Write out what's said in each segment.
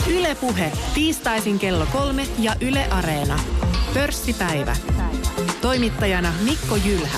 Yle Puhe, tiistaisin kello 3 ja Yle Areena. Pörssipäivä. Toimittajana Mikko Jylhä.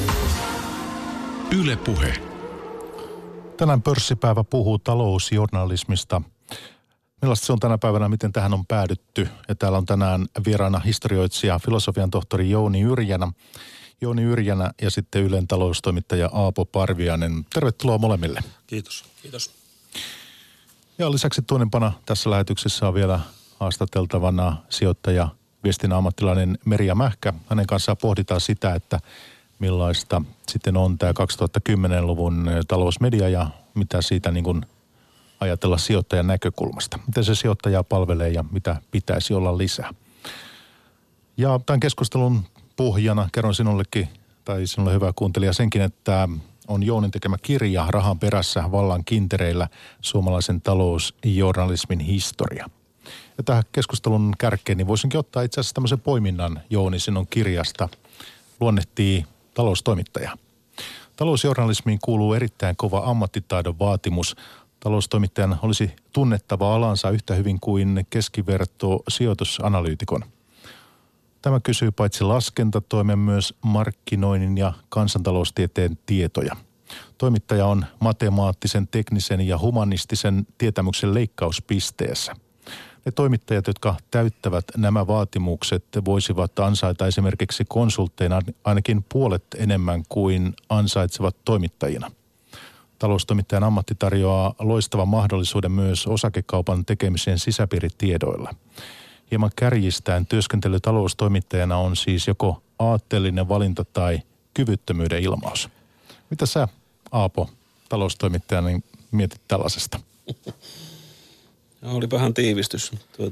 Yle Puhe. Tänään pörssipäivä puhuu talousjournalismista. Millaista se on tänä päivänä, miten tähän on päädytty? Ja täällä on tänään vieraana historioitsija, filosofian tohtori Jouni Yrjänä ja sitten Ylen taloustoimittaja Aapo Parviainen. Tervetuloa molemmille. Kiitos. Kiitos. Ja lisäksi tuonnempana tässä lähetyksessä on vielä haastateltavana sijoittaja, viestinnän ammattilainen Merja Mähkä. Hänen kanssaan pohditaan sitä, että millaista sitten on tämä 2010-luvun talousmedia ja mitä siitä niin kuin ajatella sijoittajan näkökulmasta. Miten se sijoittajaa palvelee ja mitä pitäisi olla lisää. Ja tämän keskustelun pohjana kerron sinullekin, tai sinulle hyvä kuuntelija senkin, että on Jounin tekemä kirja Rahan perässä vallan kintereillä, suomalaisen talousjournalismin historia. Ja tähän keskustelun kärkeen niin voisinkin ottaa itse asiassa tämmöisen poiminnan Jouni sinun kirjasta. Luonnehtii taloustoimittaja. Talousjournalismiin kuuluu erittäin kova ammattitaidon vaatimus. Taloustoimittajan olisi tunnettava alansa yhtä hyvin kuin keskiverto sijoitusanalyytikon. Tämä kysyy paitsi laskentatoimen myös markkinoinnin ja kansantaloustieteen tietoja. Toimittaja on matemaattisen, teknisen ja humanistisen tietämyksen leikkauspisteessä. Ne toimittajat, jotka täyttävät nämä vaatimukset, voisivat ansaita esimerkiksi konsultteina ainakin puolet enemmän kuin ansaitsevat toimittajina. Taloustoimittajan ammatti tarjoaa loistavan mahdollisuuden myös osakekaupan tekemiseen sisäpiiritiedoilla. Hieman kärjistäen työskentely taloustoimittajana on siis joko aatteellinen valinta tai kyvyttömyyden ilmaus. Mitä sä, Aapo, taloustoimittajana, niin mietit tällaisesta? No, olipahan tiivistys.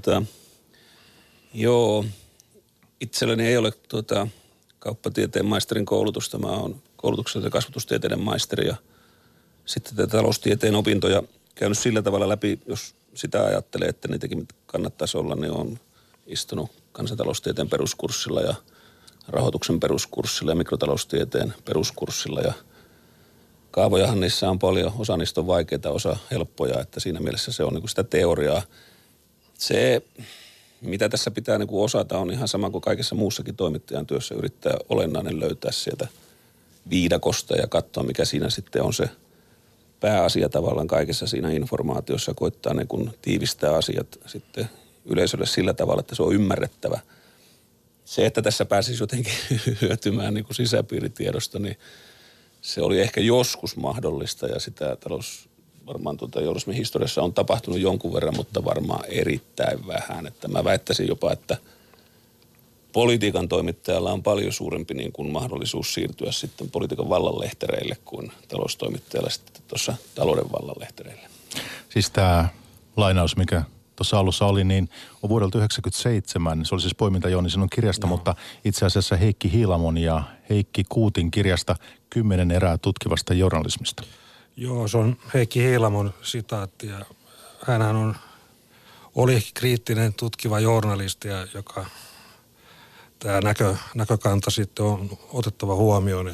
Itselläni ei ole kauppatieteen maisterin koulutusta. Mä oon koulutuksellisen kasvatustieteiden maisteri ja sitten tätä taloustieteen opintoja käynyt sillä tavalla läpi, jos sitä ajattelee, että niitäkin kannattaisi olla, niin on istunut kansantaloustieteen peruskurssilla ja rahoituksen peruskurssilla ja mikrotaloustieteen peruskurssilla ja kaavojahan niissä on paljon, osa niistä on vaikeita, osa helppoja, että siinä mielessä se on niin kuin sitä teoriaa. Se, mitä tässä pitää niin kuin osata, on ihan sama kuin kaikessa muussakin toimittajan työssä, yrittää olennainen löytää sieltä viidakosta ja katsoa, mikä siinä sitten on se pääasia tavallaan kaikessa siinä informaatiossa, koittaa niin kuin tiivistää asiat sitten yleisölle sillä tavalla, että se on ymmärrettävä. Se, että tässä pääsisi jotenkin hyötymään niin kuin sisäpiiritiedosta, niin se oli ehkä joskus mahdollista ja sitä varmaan journalismin historiassa on tapahtunut jonkun verran, mutta varmaan erittäin vähän. Että mä väittäisin jopa, että politiikan toimittajalla on paljon suurempi niin kuin mahdollisuus siirtyä sitten politiikan vallanlehtereille kuin taloustoimittajalla sitten tuossa talouden vallanlehtereille. Siis tämä lainaus, mikä tuossa alussa oli, niin on vuodelta 1997. Se oli siis poiminta Jouni sinun kirjasta, mutta itse asiassa Heikki Hiilamon ja Heikki Kuutin kirjasta 10 erää tutkivasta journalismista. Joo, se on Heikki Hiilamon sitaatti ja hänhän oli kriittinen tutkiva journalisti, joka tämä näkökanta sitten on otettava huomioon.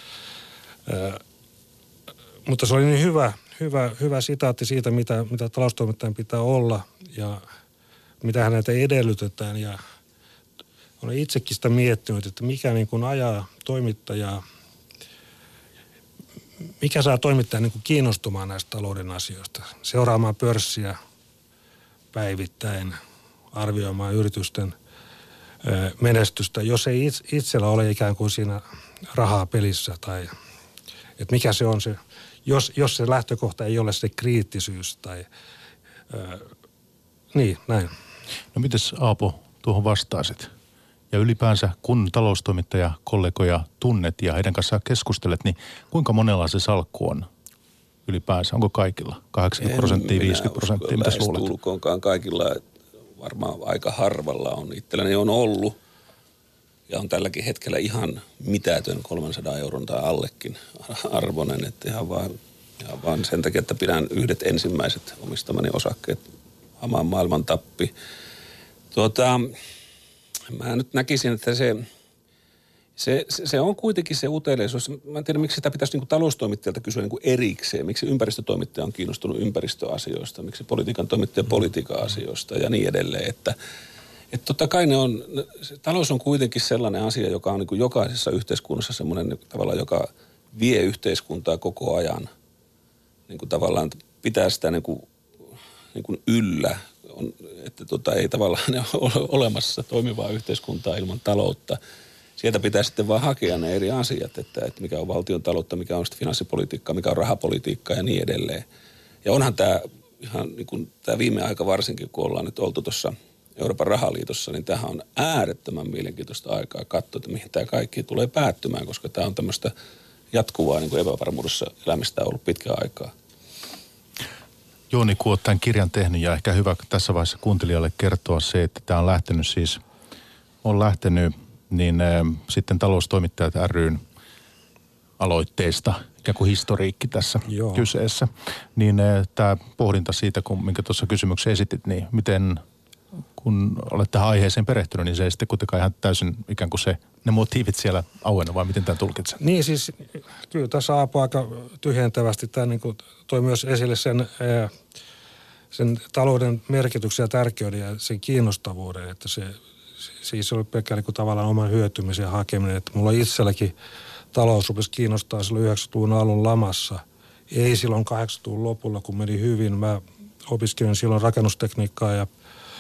Mutta se oli niin hyvä sitaatti siitä, mitä taloustoimittajan pitää olla ja mitä häneltä edellytetään. Ja olen itsekin sitä miettinyt, että mikä niin kuin ajaa toimittajaa, mikä saa toimittajan niin kuin kiinnostumaan näistä talouden asioista, seuraamaan pörssiä päivittäin, arvioimaan yritysten menestystä, jos ei itsellä ole ikään kuin siinä rahaa pelissä tai että mikä se on se, jos se lähtökohta ei ole se kriittisyys tai niin, näin. No mites Aapo tuohon vastaisit? Ja ylipäänsä kun taloustoimittaja kollegoja tunnet ja heidän kanssaan keskustelet, niin kuinka monella se salkku on ylipäänsä? Onko kaikilla? 80%, 50%? Mitäs luulet? Tulkoonkaan kaikilla, varmaan aika harvalla on. Itselläni on ollut ja on tälläkin hetkellä ihan mitätön 300 euron tai allekin arvoinen, että ihan vaan sen takia, että pidän yhdet ensimmäiset omistamani osakkeet hamaan maailman tappi. Mä nyt näkisin, että se Se on kuitenkin se uteliaisuus. Mä en tiedä, miksi sitä pitäisi niin taloustoimittajalta kysyä niin erikseen. Miksi ympäristötoimittaja on kiinnostunut ympäristöasioista, miksi politiikan toimittaja politiikan asioista ja niin edelleen. Että totta kai talous on kuitenkin sellainen asia, joka on niin kuin jokaisessa yhteiskunnassa semmoinen tavalla, joka vie yhteiskuntaa koko ajan. Niin kuin tavallaan pitää sitä niin kuin yllä. Että ei tavallaan ole olemassa toimivaa yhteiskuntaa ilman taloutta. Sieltä pitää sitten vaan hakea ne eri asiat, että mikä on valtion taloutta, mikä on sitten finanssipolitiikkaa, mikä on rahapolitiikkaa ja niin edelleen. Ja onhan tämä ihan niin kuin tämä viime aika varsinkin, kun ollaan nyt oltu tuossa Euroopan rahaliitossa, niin tämähän on äärettömän mielenkiintoista aikaa katsoa, että mihin tämä kaikki tulee päättymään, koska tämä on tämmöistä jatkuvaa niin kuin epävarmuudessa elämistä ollut pitkään aikaa. Jooni, kun olet tämän kirjan tehnyt ja ehkä hyvä tässä vaiheessa kuuntelijalle kertoa se, että tämä on lähtenyt niin sitten taloustoimittajat ry:n aloitteesta, ikään kuin historiikki tässä kyseessä. Niin tämä pohdinta siitä, minkä tuossa kysymyksen esitit, niin miten, kun olet tähän aiheeseen perehtynyt, niin se ei sitten kuitenkaan ihan täysin ikään kuin ne motiivit siellä auena, vai miten tämän tulkitsen? Niin siis, kyllä tässä Aapo aika tyhjentävästi tämä niin kuin toi myös esille sen talouden merkityksen ja tärkeyden ja sen kiinnostavuuden, että se siis oli pelkkä niin kuin tavallaan oman hyötymisen hakeminen, että mulla itselläkin talous rupesi kiinnostaa silloin 90-luvun alun lamassa. Ei silloin 80-luvun lopulla, kun meni hyvin. Mä opiskelin silloin rakennustekniikkaa ja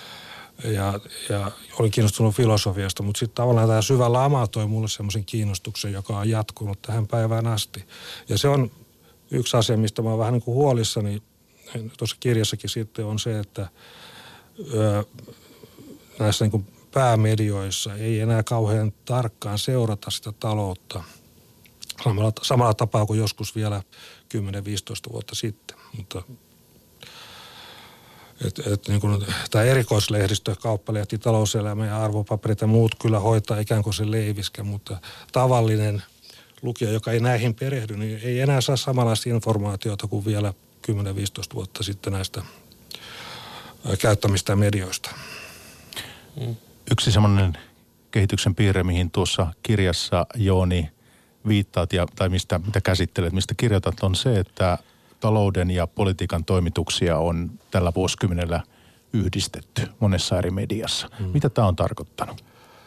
olin kiinnostunut filosofiasta, mutta sitten tavallaan tämä syvä lama toi mulle semmoisen kiinnostuksen, joka on jatkunut tähän päivään asti. Ja se on yksi asia, mistä mä oon vähän niin kuin huolissani, tuossa kirjassakin sitten on se, että näissä niin kuin päämedioissa ei enää kauhean tarkkaan seurata sitä taloutta samalla tapaa kuin joskus vielä 10-15 vuotta sitten. Mutta niin kuin tämä erikoislehdistö, kauppalehti, talouselämä ja arvopaperit ja muut kyllä hoitaa ikään kuin se leiviskä, mutta tavallinen lukija, joka ei näihin perehdy, niin ei enää saa samanlaista informaatiota kuin vielä 10-15 vuotta sitten näistä käyttämistä medioista. Yksi semmoinen kehityksen piirre, mihin tuossa kirjassa, Jooni, viittaat tai mitä käsittelet, mistä kirjoitat, on se, että talouden ja politiikan toimituksia on tällä vuosikymmenellä yhdistetty monessa eri mediassa. Mitä tämä on tarkoittanut?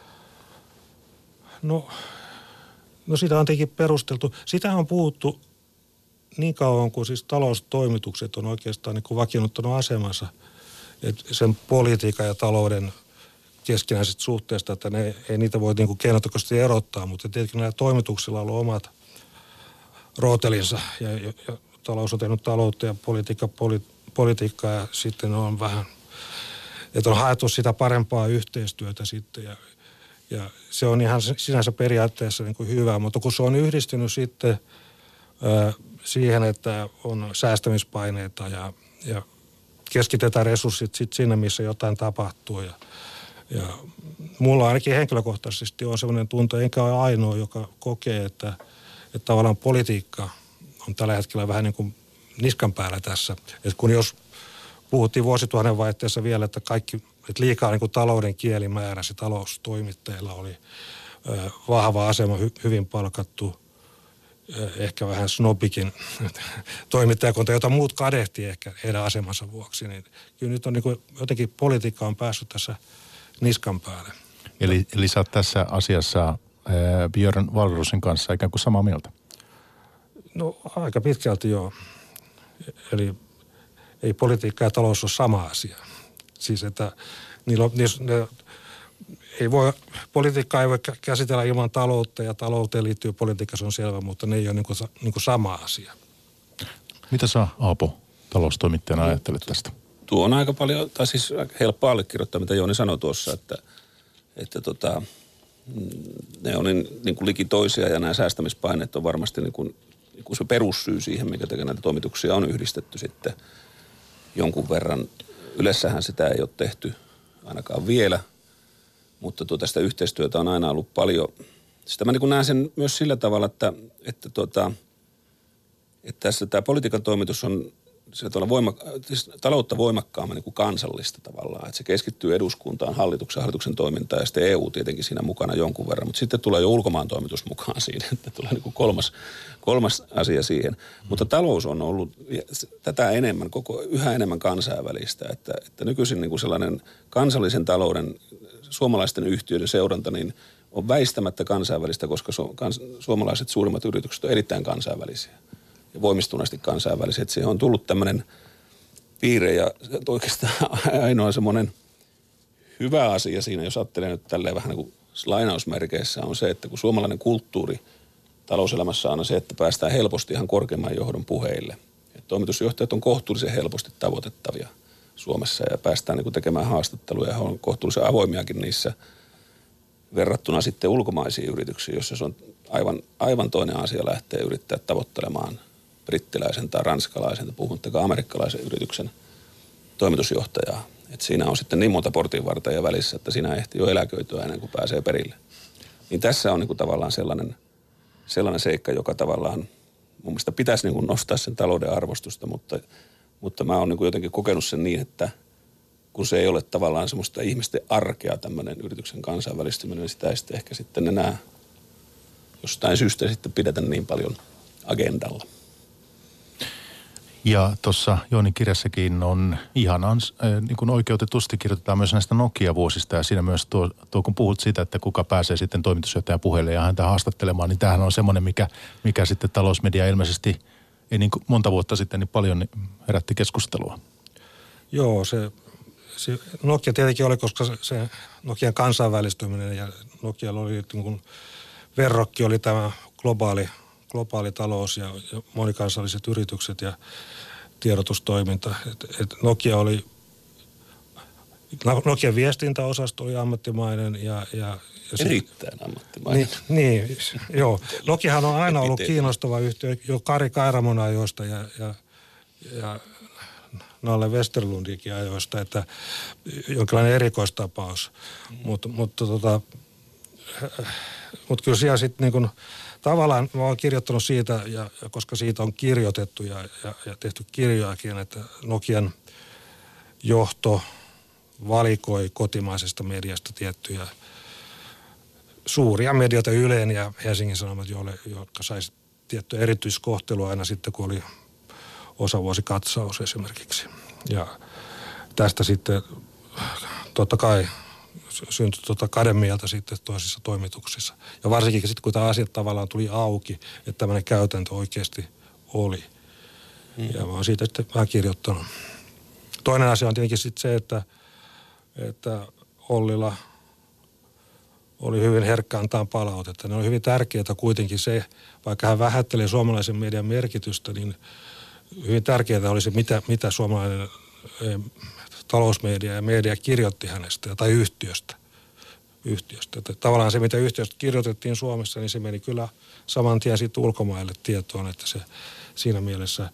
No sitä on tietenkin perusteltu. Sitä on puhuttu niin kauan, kun siis taloustoimitukset on oikeastaan niin kuin vakiinnuttanut asemansa. Että sen politiikan ja talouden keskinäiset suhteesta, että ei niitä voi niin kuin keinotekoisesti erottaa, mutta tietenkin näillä toimituksilla on ollut omat rootelinsa ja talous on tehnyt taloutta ja politiikkaa ja sitten on vähän, että on haettu sitä parempaa yhteistyötä sitten ja se on ihan sinänsä periaatteessa niin kuin hyvä, mutta kun se on yhdistynyt sitten siihen, että on säästämispaineita ja keskitetään resurssit sitten sinne, missä jotain tapahtuu ja mulla ainakin henkilökohtaisesti on sellainen tunto, enkä ole ainoa, joka kokee, että tavallaan politiikka on tällä hetkellä vähän niin kuin niskan päällä tässä. Että kun jos puhuttiin vuosituhannen vaihteessa vielä, että liikaa niin kuin talouden kielimäärässä taloustoimittajilla oli vahva asema, hyvin palkattu, ehkä vähän snobikin toimittajakunta, jota muut kadehti ehkä heidän asemansa vuoksi, niin kyllä nyt on niin kuin jotenkin politiikka on päässyt tässä niskan päälle. Eli sä oot tässä asiassa Björn Wahlroosin kanssa ikään kuin samaa mieltä? No aika pitkälti joo. Eli ei politiikka ja talous ole sama asia. Siis että politiikkaa ei voi käsitellä ilman taloutta ja talouteen liittyy politiikka, se on selvä, mutta ne ei ole niin kuin sama asia. Mitä sä, Aapo, taloustoimittajana ajattelet tästä? Tuo on aika paljon, tai siis helppo allekirjoittaa, mitä Jooni sanoi tuossa, että ne on niin kuin liki toisia ja nämä säästämispaineet on varmasti niin kuin se perussyy siihen, minkä takia näitä toimituksia on yhdistetty sitten jonkun verran. Yleissähän sitä ei ole tehty ainakaan vielä, mutta tästä yhteistyötä on aina ollut paljon. Sitä mä niin kuin näen sen myös sillä tavalla, että tässä tämä politiikan toimitus on siis taloutta voimakkaammin niin kuin kansallista tavallaan. Että se keskittyy eduskuntaan, hallituksen toimintaan ja sitten EU tietenkin siinä mukana jonkun verran. Mutta sitten tulee jo ulkomaan toimitus mukaan siinä, että tulee niin kuin kolmas asia siihen. Mutta talous on ollut tätä enemmän, yhä enemmän kansainvälistä. Että nykyisin niin kuin sellainen kansallisen talouden, suomalaisten yhtiöiden seuranta, niin on väistämättä kansainvälistä, koska suomalaiset suurimmat yritykset on erittäin kansainvälisiä. Voimistuneesti kansainvälisiä. Että siihen on tullut tämmöinen piirre ja oikeastaan ainoa semmoinen hyvä asia siinä, jos ajattelee nyt tälleen vähän niin kuin lainausmerkeissä, on se, että kun suomalainen kulttuuri talouselämässä on aina se, että päästään helposti ihan korkeimman johdon puheille. Että toimitusjohtajat on kohtuullisen helposti tavoitettavia Suomessa ja päästään niin kuin tekemään haastatteluja ja on kohtuullisen avoimiakin niissä verrattuna sitten ulkomaisiin yrityksiin, jossa se on aivan toinen asia lähteä yrittää tavoittelemaan brittiläisen tai ranskalaisen tai puhumattakaan amerikkalaisen yrityksen toimitusjohtajaa. Et siinä on sitten niin monta portinvartajaa välissä, että siinä ehtii jo eläköityä ennen kuin pääsee perille. Niin tässä on niin kuin tavallaan sellainen seikka, joka tavallaan mun mielestä pitäisi niin kuin nostaa sen talouden arvostusta, mutta mä oon niin kuin jotenkin kokenut sen niin, että kun se ei ole tavallaan semmoista ihmisten arkea tämmöinen yrityksen kansainvälistyminen, niin sitä ei sitten ehkä sitten enää jostain syystä sitten pidetä niin paljon agendalla. Ja tuossa Joonin kirjassakin on ihanan niin kuin oikeutetusti kirjoitetaan myös näistä Nokia-vuosista ja siinä myös tuo kun puhut siitä, että kuka pääsee sitten toimitusjohtajan puheelle ja häntä haastattelemaan, niin tämähän on semmoinen, mikä sitten talousmedia ilmeisesti ei niin monta vuotta sitten niin paljon herätti keskustelua. Joo, se Nokia tietenkin oli, koska se Nokian kansainvälistyminen ja Nokialla oli niin kuin verrokki oli tämä globaali talous ja monikansalliset yritykset ja tiedotustoiminta. Nokian viestintäosasto oli ammattimainen ja erittäin ammattimainen. Niin, joo. Nokiahan on aina ollut kiinnostava yhtiö jo Kari Kairamon ajoista ja Nalle Westerlundikin ajoista, että jonkinlainen erikoistapaus. Mutta kyllä siellä sitten niin kuin tavallaan mä oon kirjoittanut siitä, ja koska siitä on kirjoitettu ja tehty kirjoakin, että Nokian johto valikoi kotimaisesta mediasta tiettyjä suuria medioita, Ylen ja Helsingin Sanomat, jotka saisi tiettyä erityiskohtelua aina sitten, kun oli osavuosikatsaus esimerkiksi. Ja tästä sitten totta kai syntyi kademialta sitten toisissa toimituksissa. Ja varsinkin sitten, kun tämä asia tavallaan tuli auki, että tämmöinen käytäntö oikeasti oli. Ja mä oon siitä sitten vähän kirjoittanut. Toinen asia on tietenkin sitten se, että Ollila oli hyvin herkkä antaa palautetta. Ne oli hyvin tärkeää kuitenkin se, vaikka hän vähättelee suomalaisen median merkitystä, niin hyvin tärkeää oli se, mitä suomalainen talousmedia ja media kirjoitti hänestä tai yhtiöstä. Että tavallaan se, mitä yhtiöstä kirjoitettiin Suomessa, niin se meni kyllä saman tien sitten ulkomaille tietoon, että se siinä mielessä,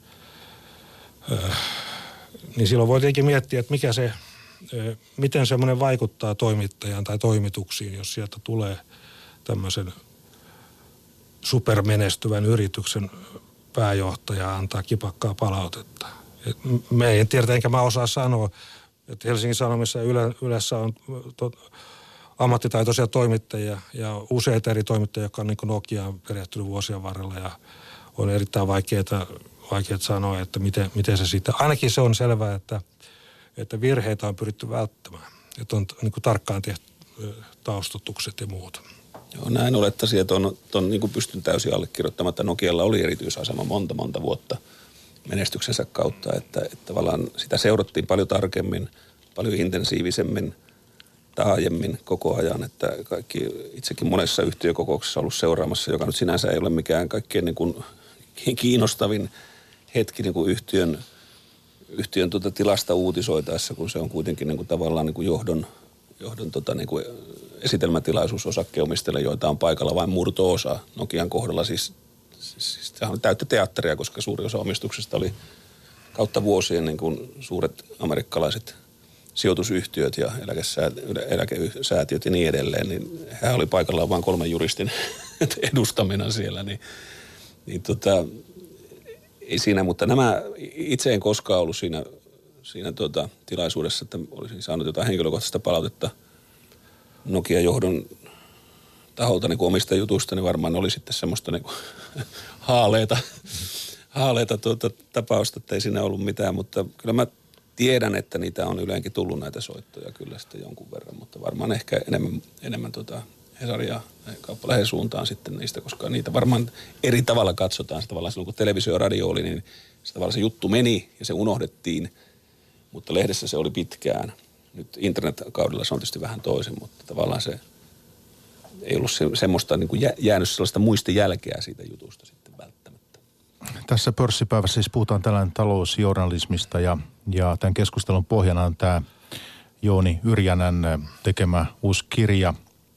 niin silloin voi tietenkin miettiä, että miten semmoinen vaikuttaa toimittajaan tai toimituksiin, jos sieltä tulee tämmöisen supermenestyvän yrityksen pääjohtaja antaa kipakkaa palautetta. Me ei tiedä, enkä mä osaa sanoa, että Helsingin Sanomissa ja Ylessä on ammattitaitoisia toimittajia ja useita eri toimittajia, jotka on niin kuin Nokiaan perehtynyt vuosien varrella ja on erittäin vaikeaa sanoa, että miten se sitten, ainakin se on selvää, että virheitä on pyritty välttämään, että on niin kuin tarkkaan tehty taustatukset ja muuta. Joo, näin olettaisin, että on niin kuin pystyn täysin allekirjoittamaan, että Nokialla oli erityisasema monta vuotta menestyksensä kautta, että tavallaan sitä seurattiin paljon tarkemmin, paljon intensiivisemmin, taajemmin koko ajan, että kaikki itsekin monessa yhtiökokouksessa ollut seuraamassa, joka nyt sinänsä ei ole mikään kaikkein niin kuin kiinnostavin hetki niin kuin yhtiön tilasta uutisoitaessa, kun se on kuitenkin niin kuin tavallaan niin kuin johdon niin kuin esitelmätilaisuus osakkeenomistajille, joita on paikalla vain murto-osa. Nokian kohdalla siis sehän on täyttä teatteria, koska suuri osa omistuksesta oli kautta vuosien niin kuin suuret amerikkalaiset sijoitusyhtiöt ja eläkesäätiöt ja niin edelleen, niin hän oli paikallaan vain 3 juristin edustamina siellä, Ei siinä, mutta nämä, itse en koskaan ollut siinä tilaisuudessa, että olisin saanut jotain henkilökohtaista palautetta Nokia-johdon taholta niin kuin omista jutuista, niin varmaan oli sitten semmoista niin kuin haaleita tapausta, että ei siinä ollut mitään, mutta kyllä mä tiedän, että niitä on yleenkin tullut näitä soittoja kyllä sitten jonkun verran, mutta varmaan ehkä enemmän Hesari ja Kauppalehden suuntaan sitten niistä, koska niitä varmaan eri tavalla katsotaan. Se tavallaan silloin, kun televisio ja radio oli, niin se tavallaan se juttu meni ja se unohdettiin, mutta lehdessä se oli pitkään. Nyt internetkaudella se on tietysti vähän toisen, mutta tavallaan se ei ollut semmoista niin kuin jäänyt sellaista muistijälkeä siitä jutusta sitten välttämättä. Tässä pörssipäivässä siis puhutaan tällainen talousjournalismista ja tämän keskustelun pohjana on tämä Jouni Yrjänän tekemä uusi kirja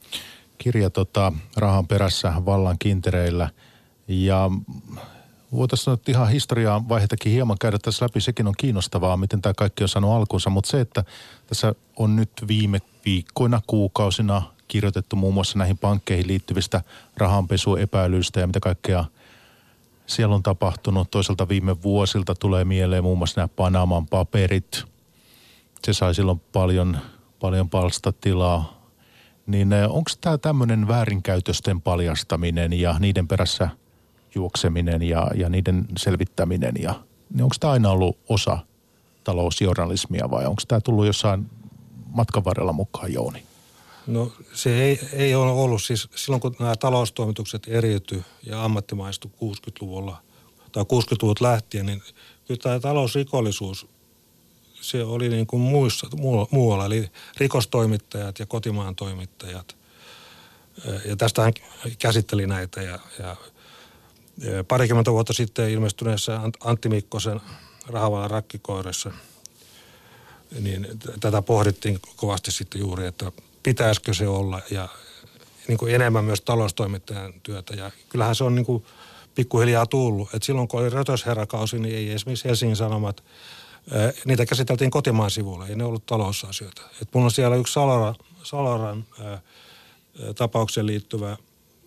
Rahan perässä vallan kintereillä. Ja voitaisiin nyt ihan historiaa vaiheitakin hieman käydä tässä läpi. Sekin on kiinnostavaa, miten tämä kaikki on saanut alkunsa. Mutta se, että tässä on nyt viime viikkoina, kuukausina kirjoitettu muun muassa näihin pankkeihin liittyvistä rahanpesuepäilyistä ja mitä kaikkea siellä on tapahtunut. Toisaalta viime vuosilta tulee mieleen muun muassa nämä Panaman paperit. Se sai silloin paljon palstatilaa. Niin onko tämä tämmöinen väärinkäytösten paljastaminen ja niiden perässä juokseminen ja niiden selvittäminen, niin onko tämä aina ollut osa talousjournalismia vai onko tämä tullut jossain matkan varrella mukaan, Jouni? No se ei ole ollut, siis silloin kun nämä taloustoimitukset eriytyi ja ammattimaistui 60-luvulla tai 60-luvulta lähtien, niin kyllä tämä talousrikollisuus, se oli niin kuin muualla, eli rikostoimittajat ja kotimaan toimittajat. Ja tästähän käsitteli näitä ja parikymmentä vuotta sitten ilmestyneessä Antti Mikkosen Rahavallan rakkikoirassa, niin tätä pohdittiin kovasti sitten juuri, että pitäisikö se olla ja niin kuin enemmän myös taloustoimittajan työtä. Ja kyllähän se on niin kuin pikkuhiljaa tullut. Et silloin kun oli rötösherrakausi, niin ei esimerkiksi Helsingin Sanomat, niitä käsiteltiin kotimaan sivuilla, ei ne ollut talousasioita. Et mulla on siellä yksi Saloran tapaukseen liittyvä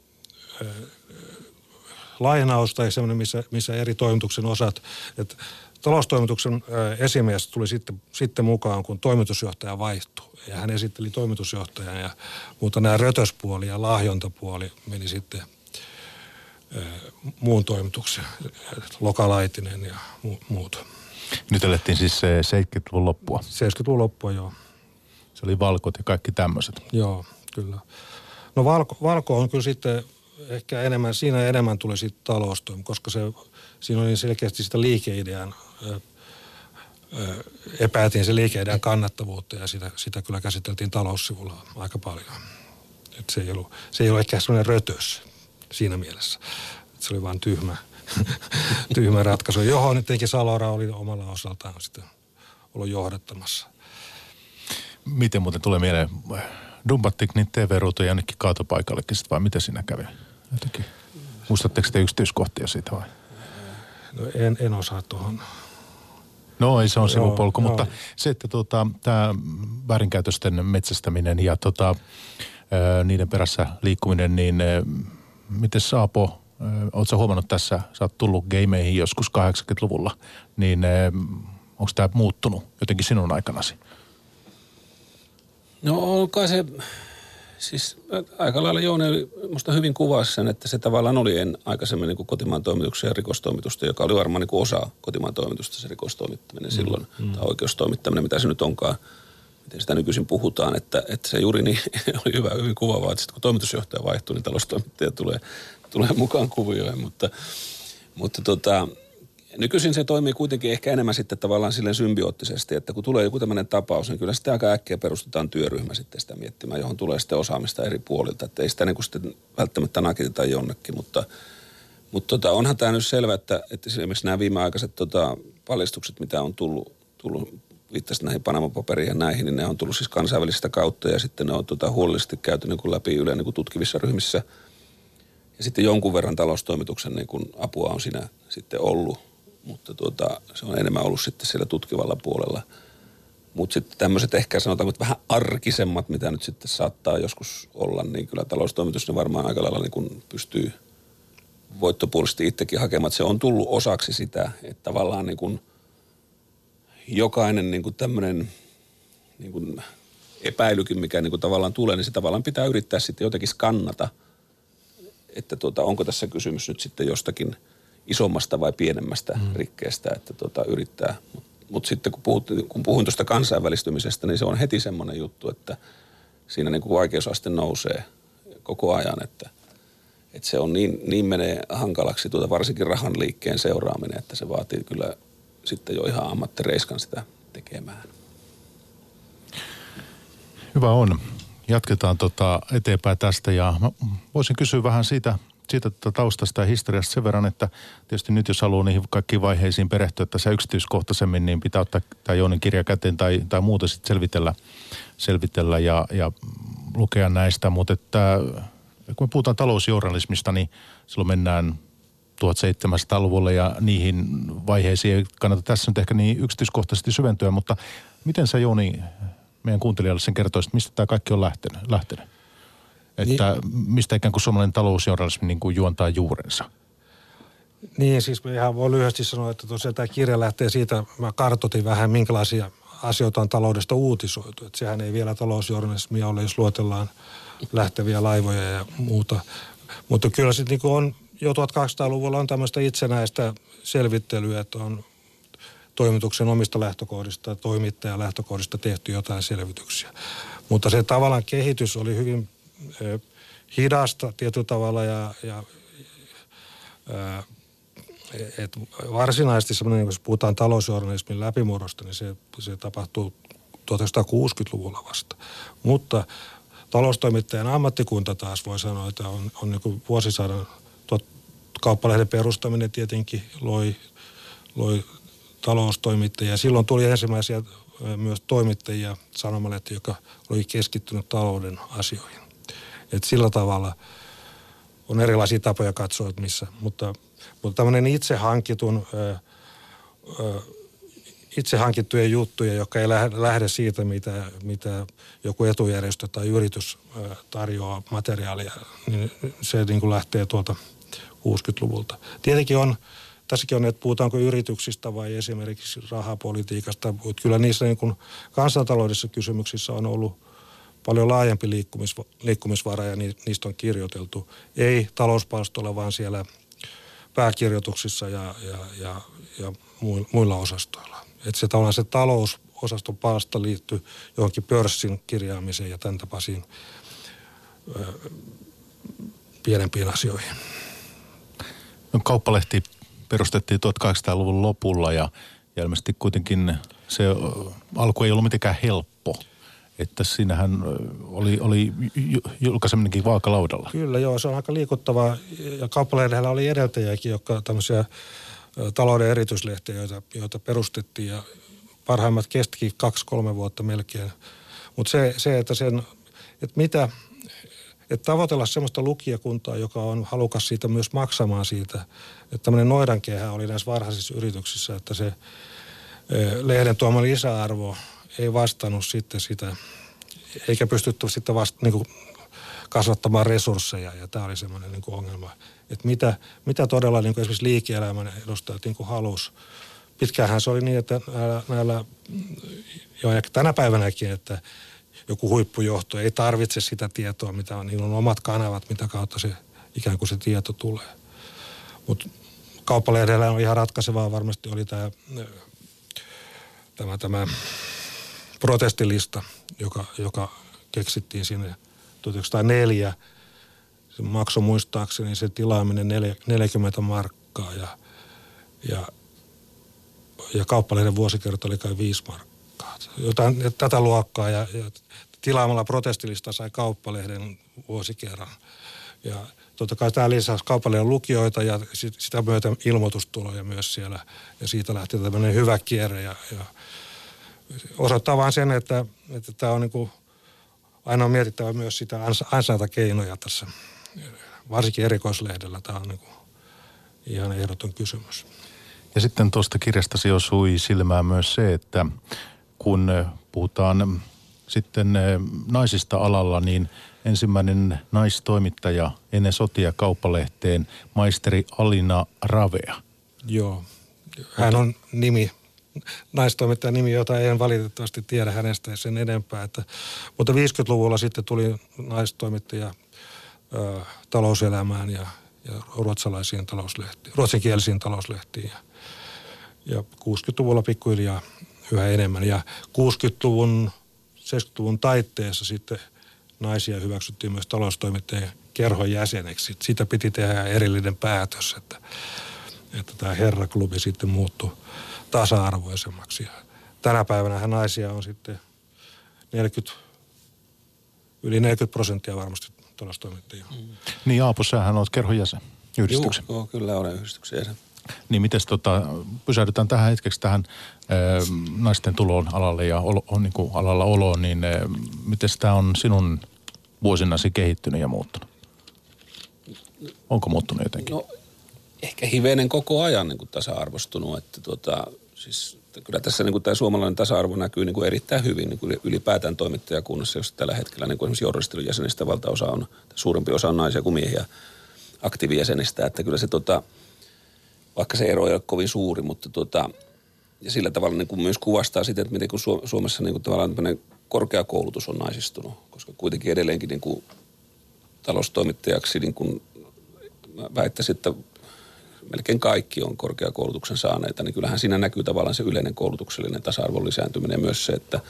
lainaus tai semmoinen, missä eri toimituksen osat, että taloustoimituksen esimies tuli sitten mukaan, kun toimitusjohtaja vaihtui. Ja hän esitteli toimitusjohtajan, mutta nämä rötöspuoli ja lahjontapuoli meni sitten muun toimituksen, Lokalaitinen ja muut. Nyt elettiin siis 70-luvun loppua. 70-luvun loppua, joo. Se oli valkot ja kaikki tämmöiset. Joo, kyllä. No valko on kyllä sitten ehkä enemmän tuli sitten taloustoimi, koska siinä oli selkeästi sitä liikeidean, epäiltiin se liikeidean kannattavuutta ja sitä kyllä käsiteltiin taloussivulla aika paljon. Et se ei ollut ehkä sellainen rötös siinä mielessä. Et se oli vain tyhmä ratkaisu, johon tietenkin Salora oli omalla osaltaan sitten ollut johdattamassa. Miten muuten tulee mieleen, dumpattiinko niitä TV-ruutuja jonnekin kaatopaikallekin sitten vai mitä siinä kävi? Jotenkin. Muistatteko te yksityiskohtia siitä vai? No en osaa tuohon. No ei se on sivupolku, mutta se, että tämä väärinkäytösten metsästäminen ja niiden perässä liikkuminen, niin miten Saapo, ootko huomannut tässä, sä oot tullut gameihin joskus 80-luvulla, niin onko tämä muuttunut jotenkin sinun aikanasi? No on kai se, siis aika lailla Jouni musta hyvin kuvasi sen, että se tavallaan oli aikaisemmin niin kuin kotimaan toimituksen ja rikostoimitusta, joka oli varmaan niin kuin osa kotimaan toimitusta, se rikostoimittaminen silloin, tai oikeustoimittaminen, mitä se nyt onkaan, miten sitä nykyisin puhutaan, että se juuri niin oli hyvin kuvaavaa, että sitten kun toimitusjohtaja vaihtuu, niin taloustoimittaja tulee mukaan kuvioihin, mutta nykyisin se toimii kuitenkin ehkä enemmän sitten tavallaan silleen symbioottisesti, että kun tulee joku tämmöinen tapaus, niin kyllä sitten aika äkkiä perustetaan työryhmä sitten sitä miettimään, johon tulee sitten osaamista eri puolilta, että ei sitä niin kuin sitten välttämättä nakiteta jonnekin, mutta onhan tämä nyt selvä, että esimerkiksi nämä viimeaikaiset paljastukset, mitä on tullut viittasit näihin Panama-paperiin ja näihin, niin ne on tullut siis kansainvälisestä kautta ja sitten ne on huolellisesti käyty niin kuin läpi Yle niin kuin tutkivissa ryhmissä. Ja sitten jonkun verran taloustoimituksen niin kuin apua on siinä sitten ollut, mutta se on enemmän ollut sitten siellä tutkivalla puolella. Mutta sitten tämmöiset ehkä sanotaan, että vähän arkisemmat, mitä nyt sitten saattaa joskus olla, niin kyllä taloustoimitus ne varmaan aika lailla niin kuin pystyy voittopuolisesti itsekin hakemat. Se on tullut osaksi sitä, että tavallaan niin kuin jokainen niin kuin tämmöinen niin kuin epäilykin, mikä niin kuin tavallaan tulee, niin se tavallaan pitää yrittää sitten jotenkin skannata, että onko tässä kysymys nyt sitten jostakin isommasta vai pienemmästä rikkeestä, että yrittää. Mutta sitten kun puhuin tuosta kansainvälistymisestä, niin se on heti semmoinen juttu, että siinä niin kuin vaikeusaste nousee koko ajan, että se on niin menee hankalaksi varsinkin rahan liikkeen seuraaminen, että se vaatii kyllä sitten jo ihan ammattireiskan sitä tekemään. Hyvä on. Jatketaan eteenpäin tästä ja mä voisin kysyä vähän siitä taustasta ja historiasta sen verran, että tietysti nyt jos haluaa niihin kaikkiin vaiheisiin perehtyä tässä yksityiskohtaisemmin, niin pitää ottaa tämä Jounin kirja käteen tai muuta sitten selvitellä ja lukea näistä, mutta että kun me puhutaan talousjournalismista, niin silloin mennään 1700-luvulle ja niihin vaiheisiin ei kannata tässä nyt ehkä niin yksityiskohtaisesti syventyä, mutta miten sä Jouni meidän kuuntelijalle sen kertoisit, mistä tämä kaikki on lähtenyt? Että mistä ikään kuin suomalainen talousjournalismi niin kuin juontaa juurensa? Niin, siis ihan voi lyhyesti sanoa, että tosiaan tämä kirja lähtee siitä, mä kartoitin vähän minkälaisia asioita on taloudesta uutisoitu. Että sehän ei vielä talousjournalismia ole, jos luotellaan lähteviä laivoja ja muuta. Mutta kyllä sitten niin on jo 1200-luvulla on tämmöistä itsenäistä selvittelyä, että on toimituksen omista lähtökohdista, toimittajan lähtökohdista tehty jotain selvityksiä. Mutta se tavallaan kehitys oli hyvin hidasta tietyllä tavalla et varsinaisesti semmoinen, jos puhutaan talousjournalismin läpimurrosta, niin se tapahtuu 1960-luvulla vasta. Mutta taloustoimittajan ammattikunta taas voi sanoa, että on niin kuin vuosisadan Kauppalehden perustaminen tietenkin loi taloustoimittajia. Silloin tuli ensimmäisiä myös toimittajia sanomalehti, joka oli keskittynyt talouden asioihin. Et sillä tavalla on erilaisia tapoja katsoa, että missä. Mutta tämmöinen itse hankittujen juttuja, jotka ei lähde siitä, mitä joku etujärjestö tai yritys tarjoaa materiaalia, niin se niin kuin lähtee tuolta 60-luvulta. Tietenkin tässäkin on, että puhutaanko yrityksistä vai esimerkiksi rahapolitiikasta, mutta kyllä niissä niin kuin kansantaloudessa kysymyksissä on ollut paljon laajempi liikkumisvara ja niistä on kirjoiteltu. Ei talouspalstolla, vaan siellä pääkirjoituksissa ja muilla osastoilla. Että se tavallaan se talousosaston palsta liittyy johonkin pörssin kirjaamiseen ja tämän tapaisiin pienempiin asioihin. Kauppalehti perustettiin 1800-luvun lopulla ja ilmeisesti kuitenkin se alku ei ollut mitenkään helppo. Että siinähän oli julkaiseminenkin vaakalaudalla. Kyllä joo, se on aika liikuttavaa. Ja Kauppalehdellä oli edeltäjiäkin, jotka tämmöisiä talouden erityislehtiä, joita perustettiin ja parhaimmat kestikin 2-3 vuotta melkein. Mutta se että tavoitella semmoista lukijakuntaa, joka on halukas siitä myös maksamaan siitä. Että tämmöinen noidankehä oli näissä varhaisissa yrityksissä, että se lehden tuoma lisäarvo ei vastannut sitten sitä, eikä pystytty sitten niin kasvattamaan resursseja, ja tämä oli semmoinen niin ongelma. Että mitä todella niin esimerkiksi liike-elämän edustajat niin halusi. Pitkäänhän se oli niin, että näillä jo ehkä tänä päivänäkin, että joku huippujohto ei tarvitse sitä tietoa, mitä on, niillä on omat kanavat, mitä kautta se ikään kuin se tieto tulee. Mutta Kauppalehdellä on ihan ratkaisevaa varmasti oli tämä protestilista, joka keksittiin sinne 1904. Se maksoi muistaakseni se tilaaminen 40 markkaa ja Kauppalehden vuosikerta oli kai 5 markkaa. Jotain tätä luokkaa ja tilaamalla protestilista sai Kauppalehden vuosikerran. Ja totta kai tämä lisäsi Kauppalehden lukijoita ja sitä myötä ilmoitustuloja myös siellä. Ja siitä lähti tämmöinen hyvä kierre ja osoittaa vain sen, että tämä on niin kuin, aina on mietittävä myös sitä ansaintakeinoja tässä. Varsinkin erikoislehdellä tämä on niin kuin ihan ehdoton kysymys. Ja sitten tuosta kirjastasi osui silmään myös se, että kun puhutaan sitten naisista alalla, niin ensimmäinen naistoimittaja ennen sotia Kauppalehteen, maisteri Alina Ravea. Joo. Hän on naistoimittajan nimi, jota en valitettavasti tiedä hänestä sen enempää. Mutta 50-luvulla sitten tuli naistoimittaja talouselämään ja ruotsinkielisiin talouslehtiin. Ja 60-luvulla pikkuhiljaa yhä enemmän. Ja 60-luvun, 70-luvun taitteessa sitten naisia hyväksyttiin myös taloustoimittajien kerhon jäseneksi. Siitä piti tehdä erillinen päätös, että tämä herraklubi sitten muuttui tasa-arvoisemmaksi. Tänä päivänä naisia on sitten yli 40% varmasti taloustoimittajia. Niin Aapo, sähän olet kerhon jäsen yhdistyksen. Joo, kyllä olen yhdistyksen jäsen. Niin mites pysähdytään tähän hetkeksi tähän naisten tuloon alalle ja niin kuin alalla oloon, niin miten tämä on sinun vuosinasi kehittynyt ja muuttunut? Onko muuttunut jotenkin? No ehkä hivenen koko ajan niin kuin tasa-arvostunut, että siis kyllä tässä niin kuin tämä suomalainen tasa-arvo näkyy niin kuin erittäin hyvin niin kuin ylipäätään toimittajakunnassa, jossa tällä hetkellä niin kuin esimerkiksi journalistin jäsenistä valtaosa on, suurempi osa on naisia kuin miehiä aktiivijäsenistä, että kyllä se vaikka se ero ei ole kovin suuri, mutta ja sillä tavalla niin kuin myös kuvastaa sitä, että miten kun Suomessa niin kuin tavallaan tämmöinen korkeakoulutus on naisistunut, koska kuitenkin edelleenkin niin kuin taloustoimittajaksi niin kuin väittäisin, että melkein kaikki on korkeakoulutuksen saaneita, niin kyllähän siinä näkyy tavallaan se yleinen koulutuksellinen tasa-arvon lisääntyminen ja myös se, että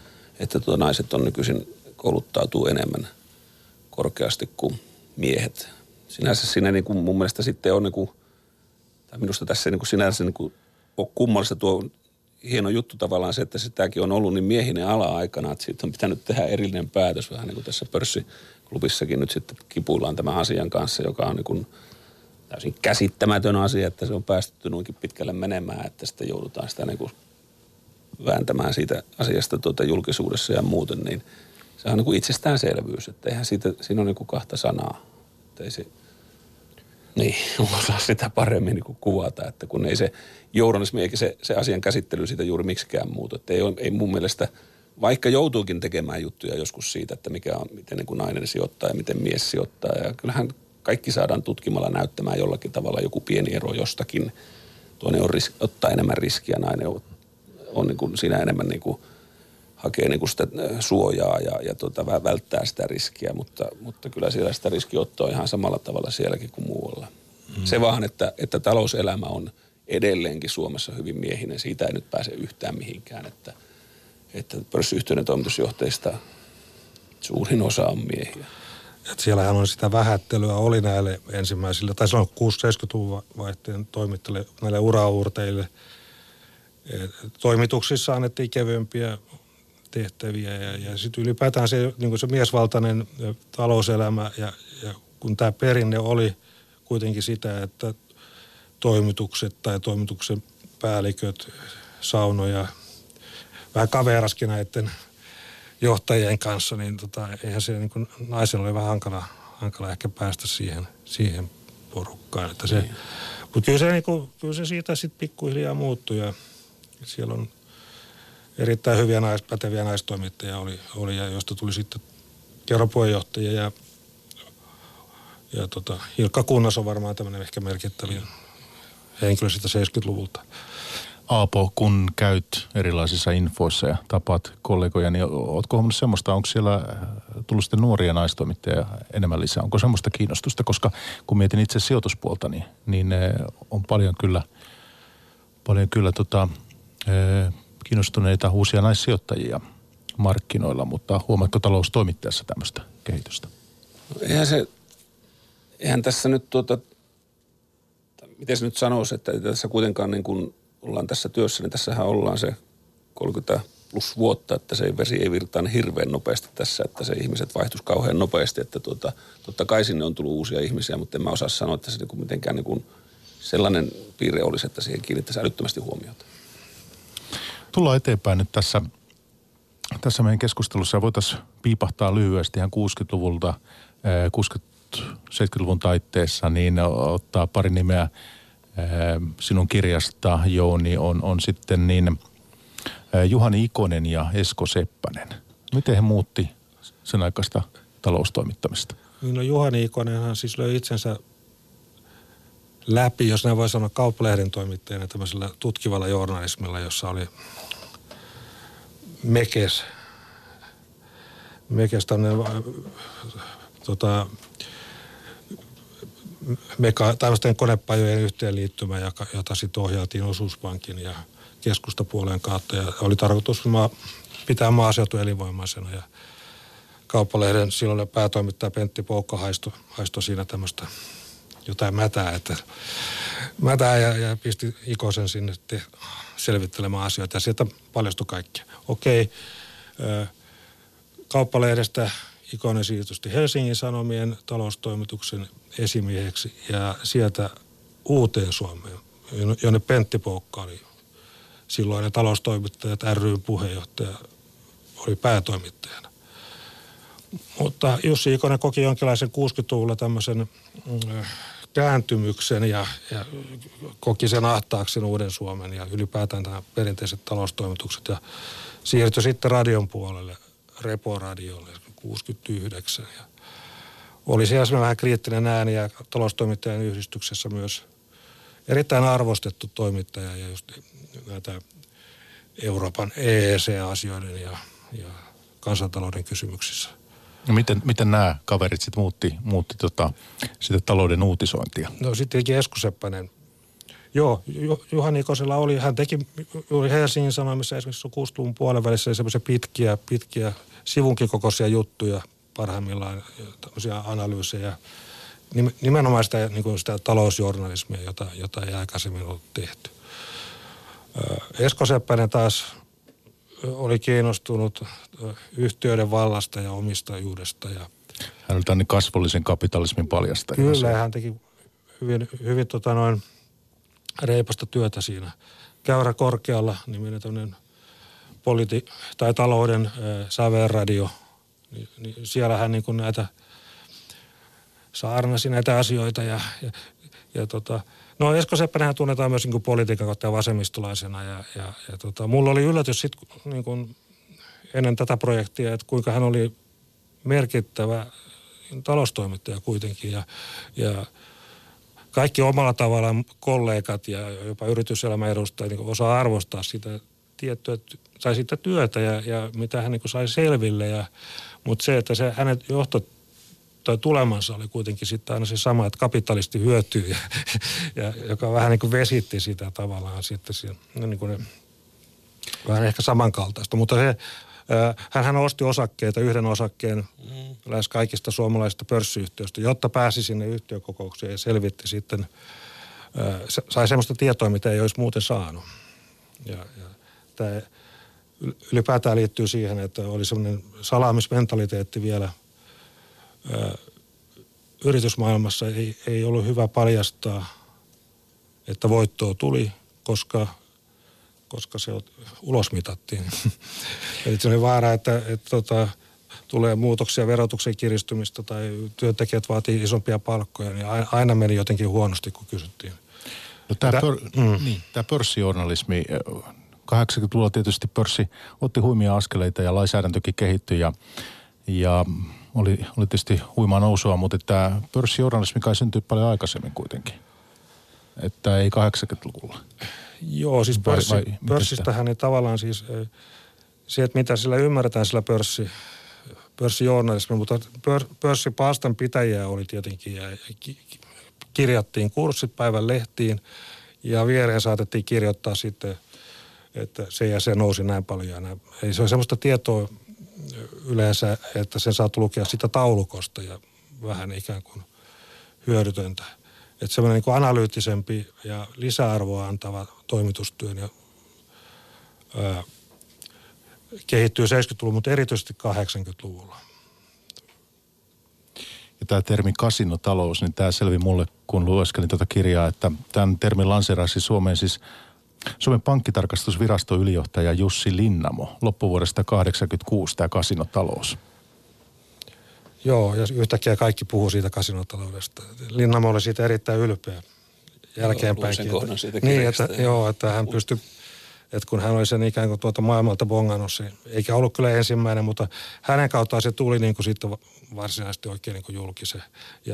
naiset on nykyisin kouluttautuu enemmän korkeasti kuin miehet. Sinänsä siinä niin kuin mun mielestä sitten on niin kuin, tai minusta tässä niin kuin sinänsä niin kuin on kummallista tuo hieno juttu tavallaan se, että sitäkin on ollut niin miehinen ala aikana, että siitä on pitänyt tehdä erillinen päätös vähän niin kuin tässä pörssiklubissakin nyt sitten kipuillaan tämän asian kanssa, joka on niin kuin täysin käsittämätön asia, että se on päästetty noinkin pitkälle menemään, että sitten joudutaan sitä niin kuin vääntämään siitä asiasta julkisuudessa ja muuten, niin se on niin kuin itsestäänselvyys, että eihän siinä ole niin kuin kahta sanaa, että ei se niin, osaa sitä paremmin niin kuin kuvata, että kun ei se journalismi eikä se asian käsittely siitä juuri miksikään muutu. Että ei mun mielestä, vaikka joutuukin tekemään juttuja joskus siitä, että miten niin kuin nainen sijoittaa ja miten mies sijoittaa. Ja kyllähän kaikki saadaan tutkimalla näyttämään jollakin tavalla joku pieni ero jostakin. Toinen on ottaa enemmän riskiä, nainen on niin kuin siinä enemmän niin kuin hakee niin kuin sitä suojaa ja välttää sitä riskiä, mutta kyllä siellä sitä riskiottoa ihan samalla tavalla sielläkin kuin muualla. Se vaan, että talouselämä on edelleenkin Suomessa hyvin miehinen, siitä ei nyt pääse yhtään mihinkään, että pörssiyhtiöiden toimitusjohtajista suurin osa on miehiä. Et siellähän on sitä vähättelyä, oli näille ensimmäisille, tai silloin 60-70-luvun vaihteen toimittajille, näille uraurteille. Toimituksissa annettiin kevyempiä tehtäviä ja sitten ylipäätään se, niin se miesvaltainen talouselämä ja kun tämä perinne oli kuitenkin sitä, että toimitukset tai toimituksen päälliköt, saunoja, vähän kaveraskin näiden johtajien kanssa, niin eihän se niin kuin naisella oli vähän hankala ehkä päästä siihen porukkaan. Että se, mutta kyllä se siitä sitten pikkuhiljaa muuttui ja siellä on erittäin hyviä päteviä naistoimittajia oli ja joista tuli sitten kerropuheenjohtaja ja Hilkka Kunnas on varmaan tämmöinen ehkä merkittävin henkilö sitä 70-luvulta. Aapo, kun käyt erilaisissa infoissa ja tapaat kollegoja, niin ootko huomannut semmoista, onko siellä tullut sitten nuoria naistoimittajia enemmän lisää? Onko semmoista kiinnostusta? Koska kun mietin itse sijoituspunta, niin on paljon kyllä kiinnostuneita uusia naissijoittajia markkinoilla, mutta huomaatko taloustoimittajassa tämmöistä kehitystä? Eihän tässä nyt miten se nyt sanoisi, että tässä kuitenkaan niin kuin ollaan tässä työssä, niin tässähän ollaan se 30 plus vuotta, että se vesi ei virtaa hirveän nopeasti tässä, että se ihmiset vaihtuisi kauhean nopeasti, että totta kai sinne on tullut uusia ihmisiä, mutta en mä osaa sanoa, että se niin kuin mitenkään niin kuin sellainen piirre olisi, että siihen kiinnittäisi älyttömästi huomiota. Tullaan eteenpäin nyt tässä meidän keskustelussa ja voitaisiin piipahtaa lyhyesti ihan 60-luvulta, 60-70-luvun taitteessa, niin ottaa pari nimeä sinun kirjasta, Jouni, on sitten niin Juhani Ikonen ja Esko Seppänen. Miten he muutti sen aikaista taloustoimittamista? No Juhani Ikonenhan siis löi itsensä läpi, jos näin voi sanoa, Kauppalehden toimittajana tämmöisellä tutkivalla journalismilla, jossa oli Mekes tämmöisten konepajojen yhteenliittymä, jota sitten ohjaatiin Osuuspankin ja keskustapuolen kautta. Ja oli tarkoitus pitää maaseutu elinvoimaisena. Ja Kauppalehden silloin päätoimittaja Pentti Poukko haistoi siinä tämmöistä jotain mätää ja pisti Ikosen sinne selvittelemään asioita. Ja sieltä paljastui kaikkea. Okei, Kauppalehdestä Ikonen siirtyi Helsingin Sanomien taloustoimituksen esimieheksi ja sieltä Uuteen Suomeen, jonne Pentti Poukka oli silloinen taloustoimittajat ry:n puheenjohtaja, oli päätoimittajana. Mutta Jussi Ikonen koki jonkinlaisen 60-luvulla tämmöisen kääntymyksen ja koki sen ahtaaksi Uuden Suomen ja ylipäätään nämä perinteiset taloustoimitukset ja siirtyi sitten radion puolelle, Repo-radiolle 69 ja oli siellä vähän kriittinen ääni ja taloustoimittajien yhdistyksessä myös erittäin arvostettu toimittaja ja just näitä Euroopan EEC-asioiden ja kansantalouden kysymyksissä. No miten nämä kaverit sitten muutti sitä talouden uutisointia? No sitten tietenkin Esko Seppänen. Joo, Juhani Ikosella hän teki juuri Helsingin Sanomissa esimerkiksi 60-luvun puolen välissä semmoisia pitkiä sivunkin kokoisia juttuja parhaimmillaan, tämmöisiä analyysejä, nimenomaan sitä talousjournalismia, jota ei aikaisemmin ollut tehty. Esko Seppänen taas oli kiinnostunut yhtiöiden vallasta ja omistajuudesta. Hän oli tänne kasvollisen kapitalismin paljastaja. Kyllä, hän teki hyvin reipasta työtä siinä. Käyrä korkealla niminen tämmöinen talouden sävelradio. Niin siellä hän niin kuin näitä saarnasi näitä asioita No Esko Seppänenhän tunnetaan myös niin kuin politiikan kautta ja vasemmistolaisena ja mulla oli yllätys sitten niin kuin ennen tätä projektia, että kuinka hän oli merkittävä taloustoimittaja kuitenkin ja kaikki omalla tavallaan kollegat ja jopa yrityselämän edustajat niin osaa arvostaa sitä tiettyä, sai sitä työtä ja mitä hän niin kuin sai selville mutta se, että se hänen tai tulemansa oli kuitenkin sitten aina se sama, että kapitalisti hyötyy ja joka vähän niin kuin vesitti sitä tavallaan sitten niin kuin vähän ehkä samankaltaista. Mutta hän osti osakkeita, yhden osakkeen lähes kaikista suomalaisista pörssiyhtiöistä, jotta pääsi sinne yhtiökokoukseen ja selvitti sitten, sai semmoista tietoa, mitä ei olisi muuten saanut. Ja tämä ylipäätään liittyy siihen, että oli semmoinen salaamismentaliteetti vielä yritysmaailmassa ei ollut hyvä paljastaa, että voittoa tuli, koska se ulosmitattiin. Eli se oli vaara, että tulee muutoksia verotuksen kiristymistä tai työntekijät vaatii isompia palkkoja, niin aina meni jotenkin huonosti, kun kysyttiin. No tämä pörssijournalismi, 80-luvulla tietysti pörssi otti huimia askeleita ja lainsäädäntökin kehittyi ja oli tietysti huimaa nousua, mutta tämä pörssijournalismi kai syntyi paljon aikaisemmin kuitenkin. Että ei 80-luvulla. Joo, siis pörssistähän ei tavallaan siis se, että mitä sillä ymmärretään sillä pörssijournalismi, mutta pörssipalstan pitäjiä oli tietenkin ja kirjattiin kurssit päivän lehtiin ja viereen saatettiin kirjoittaa sitten, että se ja se nousi näin paljon. Ei se ole semmoista tietoa yleensä, että sen saa lukea sitä taulukosta ja vähän ikään kuin hyödytöntä. Että semmoinen niin kuin analyyttisempi ja lisäarvoa antava toimitustyö kehittyy 70-luvulla, mutta erityisesti 80-luvulla. Ja tämä termi kasinotalous, niin tämä selvi mulle, kun lueskelin tuota kirjaa, että tämän termin lanseerasi Suomen pankkitarkastusviraston ylijohtaja Jussi Linnamo loppuvuodesta 1986, tämä kasinotalous. Joo, ja yhtäkkiä kaikki puhuu siitä kasinotaloudesta. Linnamo oli siitä erittäin ylpeä jälkeenpäinkin. Kohdan siitä niin, että hän pystyi että kun hän oli sen ikään kuin tuolta maailmalta bongannut, se eikä ollut kyllä ensimmäinen, mutta hänen kauttaan se tuli niin kuin sitten varsinaisesti oikein niin kuin julkisen.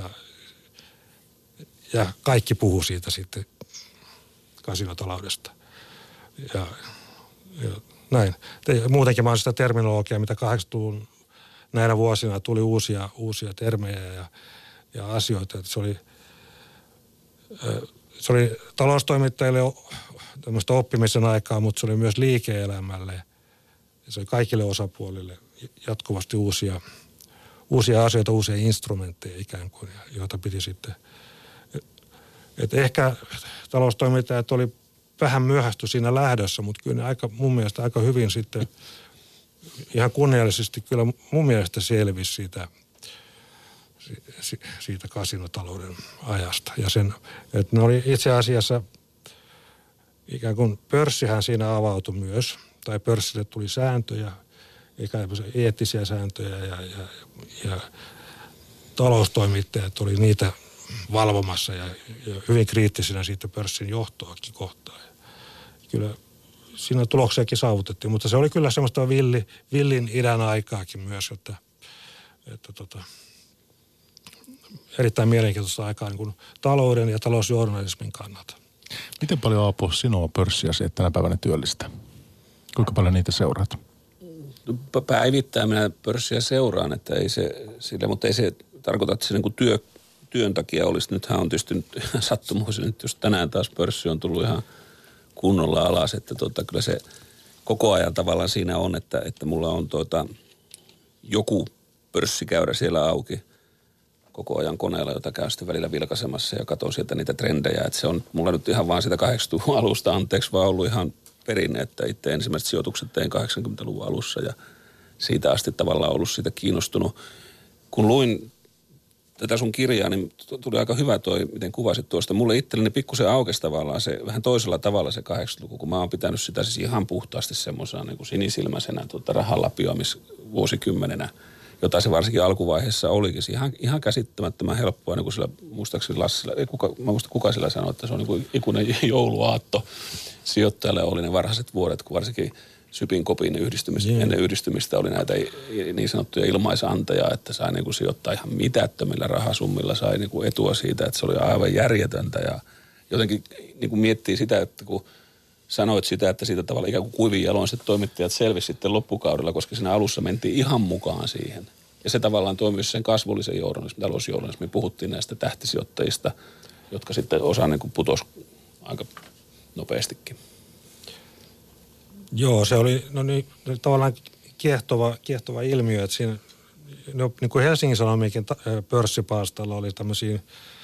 Ja kaikki puhuu siitä sitten kasinotaloudesta. Ja näin. Muutenkin mä oon sitä terminologiaa, mitä 80-luvun näinä vuosina tuli uusia termejä ja asioita. Että se oli taloustoimittajille tämmöistä oppimisen aikaa, mutta se oli myös liike-elämälle. Ja se oli kaikille osapuolille jatkuvasti uusia asioita, uusia instrumentteja ikään kuin, joita piti sitten. Et ehkä taloustoimittajat oli vähän myöhästy siinä lähdössä, mutta kyllä ne mun mielestä aika hyvin sitten ihan kunniallisesti kyllä mun mielestä selvisi siitä kasinotalouden ajasta. Ja että ne oli itse asiassa ikään kuin pörssihän siinä avautui myös, tai pörssille tuli sääntöjä, ikään kuin eettisiä sääntöjä ja taloustoimittajat oli niitä valvomassa ja hyvin kriittisinä siitä pörssin johtoakin kohtaan. Kyllä siinä tuloksiakin saavutettiin, mutta se oli kyllä semmoista villin idän aikaakin myös, että erittäin mielenkiintoista aikaa niin kuin talouden ja talousjournalismin kannalta. Miten paljon, Aapo, sinua pörssiasiat tänä päivänä työllistää? Kuinka paljon niitä seuraat? Päivittäin minä pörssiä seuraan, että ei se sille, mutta ei se tarkoita, että se niin kuin työn takia olisi. Nythän on tietysti sattumoisin, että just tänään taas pörssi on tullut ihan kunnolla alas, että kyllä se koko ajan tavallaan siinä on, että mulla on joku pörssikäyrä siellä auki koko ajan koneella, jota käy sitten välillä vilkaisemassa ja katsoo sieltä niitä trendejä, että se on mulla nyt ihan vaan sitä 80-luvun alusta anteeksi vaan ollut ihan perinne, että itse ensimmäiset sijoitukset tein 80-luvun alussa ja siitä asti tavallaan ollut siitä kiinnostunut. Kun luin tätä sun kirjaa, niin tuli aika hyvä miten kuvasit tuosta. Mulle itselleni pikkusen aukesi tavallaan se, vähän toisella tavalla se 80-luku, kun mä oon pitänyt sitä siis ihan puhtaasti semmoisena niin kuin sinisilmäisenä rahan lapioimisvuosikymmenenä, jota se varsinkin alkuvaiheessa olikin. Ihan käsittämättömän helppoa, niin kuin sillä muistaakseni Lassila, mä muista kuka sillä sanoi, että se on niin kuin ikuinen jouluaatto. Sijoittajalle oli ne varhaiset vuodet, kun varsinkin Sypin Kopin ennen yhdistymistä oli näitä niin sanottuja ilmaisantajia, että sai niin kuin sijoittaa ihan mitättömillä rahasummilla, sai niin kuin etua siitä, että se oli aivan järjetöntä. Ja jotenkin niin kuin miettii sitä, että kun sanoit sitä, että siitä tavallaan ikään kuin kuivin jaloin sitten toimittajat selvisi sitten loppukaudella, koska siinä alussa mentiin ihan mukaan siihen. Ja se tavallaan toimi myös sen kasvullisen journalismin, talousjournalismin. Puhuttiin näistä tähtisijoittajista, jotka sitten osa niin kuin putosi aika nopeastikin. Joo, se oli tavallaan kiehtova ilmiö, että siinä, niin kuin Helsingin Sanomiikin pörssipalstalla oli tämmöisiä,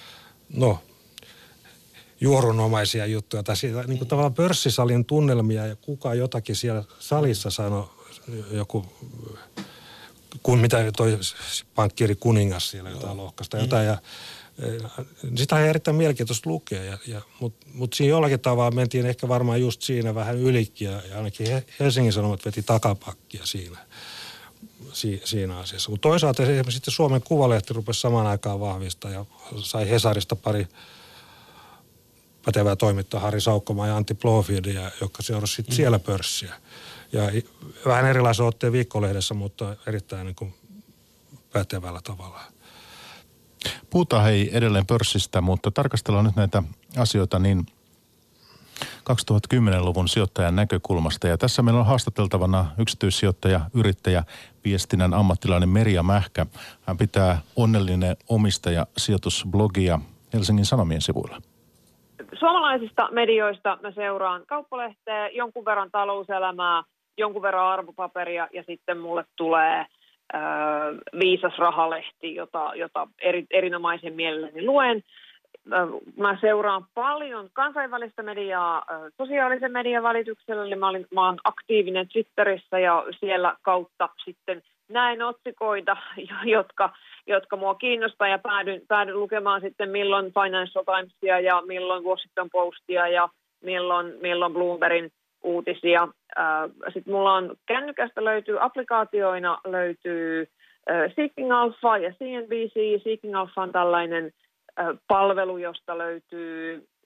juorunomaisia juttuja, tai siitä, niin kuin tavallaan pörssisalin tunnelmia, ja kuka jotakin siellä salissa sanoi, joku, kun mitä toi pankkiiri kuningas siellä jotain lohkasta, jotain, ja sitä on erittäin mielenkiintoista lukea, mutta siinä jollakin tavalla mentiin ehkä varmaan just siinä vähän ylikin, ja ainakin Helsingin Sanomat veti takapakkia siinä asiassa. Mutta toisaalta sitten Suomen Kuvalehti rupesi samaan aikaan vahvistaa ja sai Hesarista pari pätevää toimittaa, Harri Saukkomaa ja Antti Blofieldia, jotka seurasi sitten siellä pörssiä. Ja vähän erilaisen otteen Viikkolehdessä, mutta erittäin niin kuin pätevällä tavalla. Puhutaan edelleen pörssistä, mutta tarkastellaan nyt näitä asioita niin 2010-luvun sijoittajan näkökulmasta. Ja tässä meillä on haastateltavana yksityissijoittaja, yrittäjä, viestinnän ammattilainen Merja Mähkä. Hän pitää Onnellinen omistaja -sijoitusblogia Helsingin Sanomien sivuilla. Suomalaisista medioista mä seuraan Kauppalehteä, jonkun verran talouselämää, jonkun verran arvopaperia ja sitten mulle tulee Viisas Rahalehti, jota erinomaisen mielelläni luen. Mä seuraan paljon kansainvälistä mediaa sosiaalisen median välityksellä, eli mä oon aktiivinen Twitterissä ja siellä kautta sitten näen otsikoita, jotka mua kiinnostaa ja päädyn lukemaan sitten milloin Financial Timesia ja milloin Washington Postia ja milloin Bloombergin uutisia. Sitten mulla on kännykästä applikaatioina löytyy Seeking Alpha ja CNBC. Seeking Alpha on tällainen palvelu, josta löytyy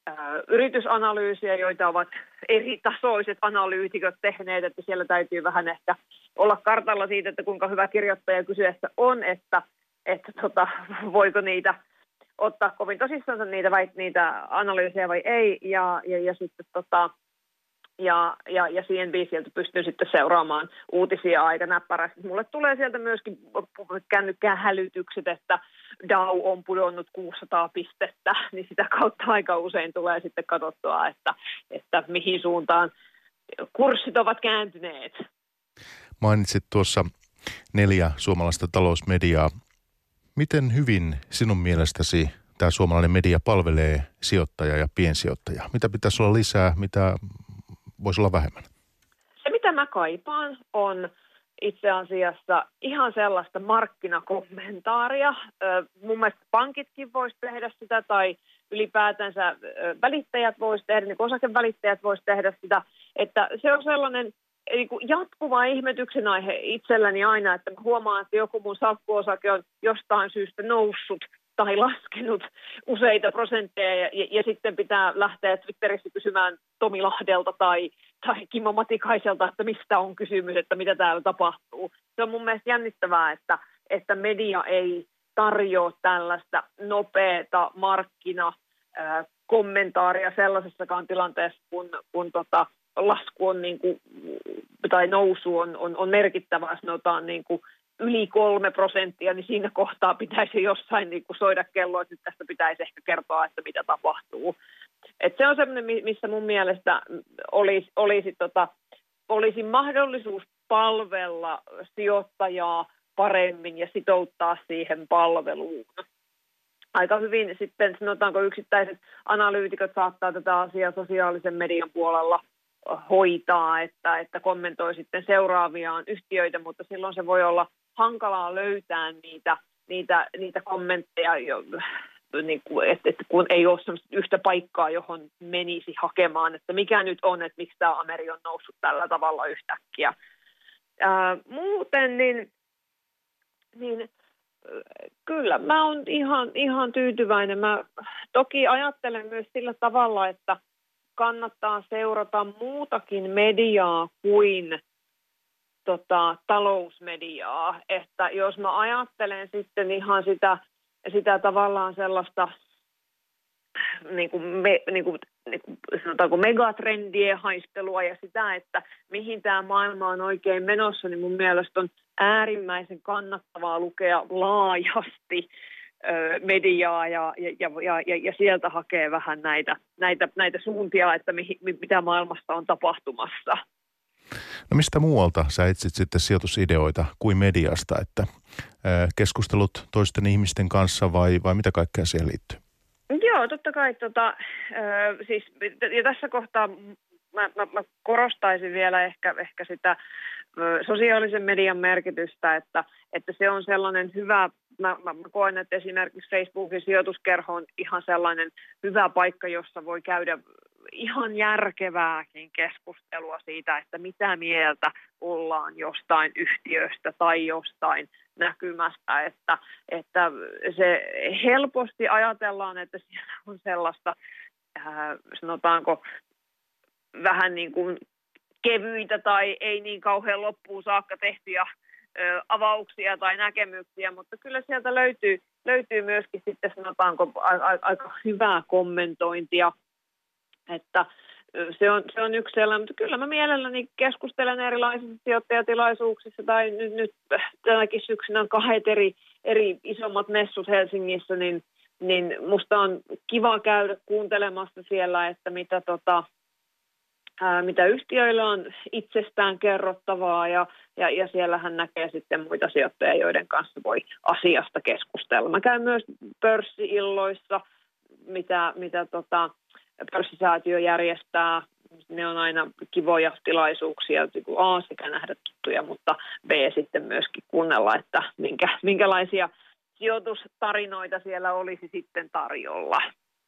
yritysanalyysiä, joita ovat eri tasoiset analyytikot tehneet, että siellä täytyy vähän ehkä olla kartalla siitä, että kuinka hyvä kirjoittaja kyseessä on, että voiko niitä ottaa kovin tosissaan niitä analyysejä vai ei, ja sitten ja CNB sieltä pystyy sitten seuraamaan uutisia aika näppärästi. Mulle tulee sieltä myöskin kännykkään hälytykset, että Dow on pudonnut 600 pistettä, niin sitä kautta aika usein tulee sitten katsottua, että mihin suuntaan kurssit ovat kääntyneet. Mainitsit tuossa 4 suomalaista talousmediaa. Miten hyvin sinun mielestäsi tämä suomalainen media palvelee sijoittajaa ja piensijoittajaa? Mitä pitäisi olla lisää, mitä voisi olla vähemmän? Se, mitä mä kaipaan, on itse asiassa ihan sellaista markkinakommentaaria. Mun mielestä pankitkin voisi tehdä sitä, tai ylipäätänsä välittäjät voisi tehdä, niin osakevälittäjät voisi tehdä sitä, että se on sellainen niin kuin jatkuva ihmetyksen aihe itselläni aina, että mä huomaan, että joku mun salkkuosake on jostain syystä noussut tai laskenut useita prosentteja ja sitten pitää lähteä Twitterissä kysymään Tomi Lahdelta tai Kimmo Matikaiselta, että mistä on kysymys, että mitä täällä tapahtuu. Se on mun mielestä jännittävää, että media ei tarjoa tällaista nopeata markkinakommentaaria sellaisessakaan tilanteessa, kun lasku on niin kuin, tai nousu on merkittävää, sanotaan niin kuin yli 3%, niin siinä kohtaa pitäisi jossain niin kuin soida kelloa, että nyt tästä pitäisi ehkä kertoa, että mitä tapahtuu. Et se on semmoinen, missä mun mielestä olisi mahdollisuus palvella sijoittajaa paremmin ja sitouttaa siihen palveluun. Aika hyvin sitten, sanotaanko yksittäiset analyytikot saattaa tätä asiaa sosiaalisen median puolella hoitaa, että kommentoi sitten seuraaviaan yhtiöitä, mutta silloin se voi olla hankalaa löytää niitä kommentteja, että kun ei ole sellaista yhtä paikkaa, johon menisi hakemaan, että mikä nyt on, että miksi tämä Ameri on noussut tällä tavalla yhtäkkiä. Muuten niin kyllä mä oon ihan tyytyväinen. Mä toki ajattelen myös sillä tavalla, että kannattaa seurata muutakin mediaa kuin talousmediaa. Että jos mä ajattelen sitten ihan sitä tavallaan sellaista sanotaanko megatrendien haistelua ja sitä, että mihin tämä maailma on oikein menossa, niin mun mielestä on äärimmäisen kannattavaa lukea laajasti mediaa ja sieltä hakee vähän näitä suuntia, että mitä maailmassa on tapahtumassa. No mistä muualta sä etsit sitten sijoitusideoita kuin mediasta, että keskustelut toisten ihmisten kanssa vai mitä kaikkea siihen liittyy? Joo, totta kai. Siis, ja tässä kohtaa mä korostaisin vielä ehkä sitä sosiaalisen median merkitystä, että se on sellainen hyvä. Mä koen, että esimerkiksi Facebookin sijoituskerho on ihan sellainen hyvä paikka, jossa voi käydä ihan järkevääkin keskustelua siitä, että mitä mieltä ollaan jostain yhtiöstä tai jostain näkymästä, että se helposti ajatellaan, että siellä on sellaista, sanotaanko, vähän niin kuin kevyitä tai ei niin kauhean loppuun saakka tehtyjä avauksia tai näkemyksiä, mutta kyllä sieltä löytyy myöskin sitten, sanotaanko, aika hyvää kommentointia, että se on yksi sellainen, mutta kyllä mä mielelläni keskustelen erilaisissa sijoittajatilaisuuksissa tai nyt tänäkin syksynä on 2 eri isommat messut Helsingissä, niin musta on kiva käydä kuuntelemassa siellä, että mitä yhtiöillä on itsestään kerrottavaa ja siellähän näkee sitten muita sijoittajia, joiden kanssa voi asiasta keskustella. Mä käyn myös pörssi-illoissa, mitä pörssisäätiö järjestää. Ne on aina kivoja tilaisuuksia, A, sekä nähdä tuttuja, mutta B, sitten myöskin kuunnella, että minkälaisia sijoitustarinoita siellä olisi sitten tarjolla.